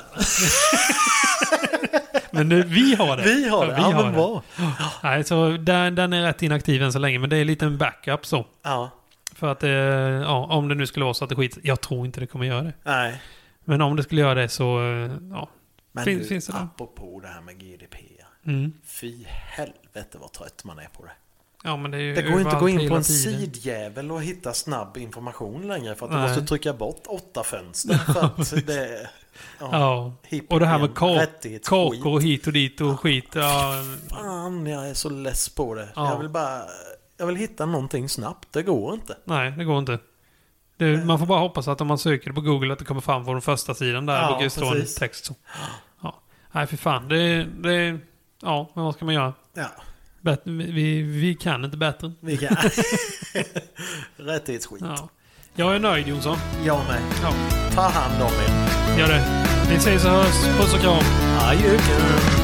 [SPEAKER 2] Men nu, vi har det.
[SPEAKER 1] Vi har det, ja men bra.
[SPEAKER 2] Nej, så den är rätt inaktiv än så länge, men det är en liten backup så.
[SPEAKER 1] Ja.
[SPEAKER 2] För att, om det nu skulle vara så att det skit, jag tror inte det kommer göra det.
[SPEAKER 1] Nej.
[SPEAKER 2] Men om det skulle göra det så, ja.
[SPEAKER 1] Men
[SPEAKER 2] finns det
[SPEAKER 1] apropå det här med GDPR. Fy helvete vad trött man är på det.
[SPEAKER 2] Ja, men det är ju
[SPEAKER 1] det går inte att gå in på en
[SPEAKER 2] tiden.
[SPEAKER 1] sidjävel och hitta snabb information längre för att du måste trycka bort 8 fönster för att det
[SPEAKER 2] ja. Och det här med kakor och hit och dit och skit. Ja.
[SPEAKER 1] Fan, jag är så less på det. Ja. Jag vill hitta någonting snabbt. Det går inte.
[SPEAKER 2] Nej, det går inte. Man får bara hoppas att om man söker det på Google att det kommer fram på den första sidan där. Det brukar stå en text så. Ja. Nej, för fan. Ja, men vad ska man göra?
[SPEAKER 1] Ja.
[SPEAKER 2] Vi kan inte bättre.
[SPEAKER 1] Vi kan. Rättighetsskit.
[SPEAKER 2] Ja. Jag är nöjd, Jonsson.
[SPEAKER 1] Jag med. Ja. Ta hand om er.
[SPEAKER 2] Gör det. Vi ses och hörs. Puss och kram.
[SPEAKER 1] Adjö.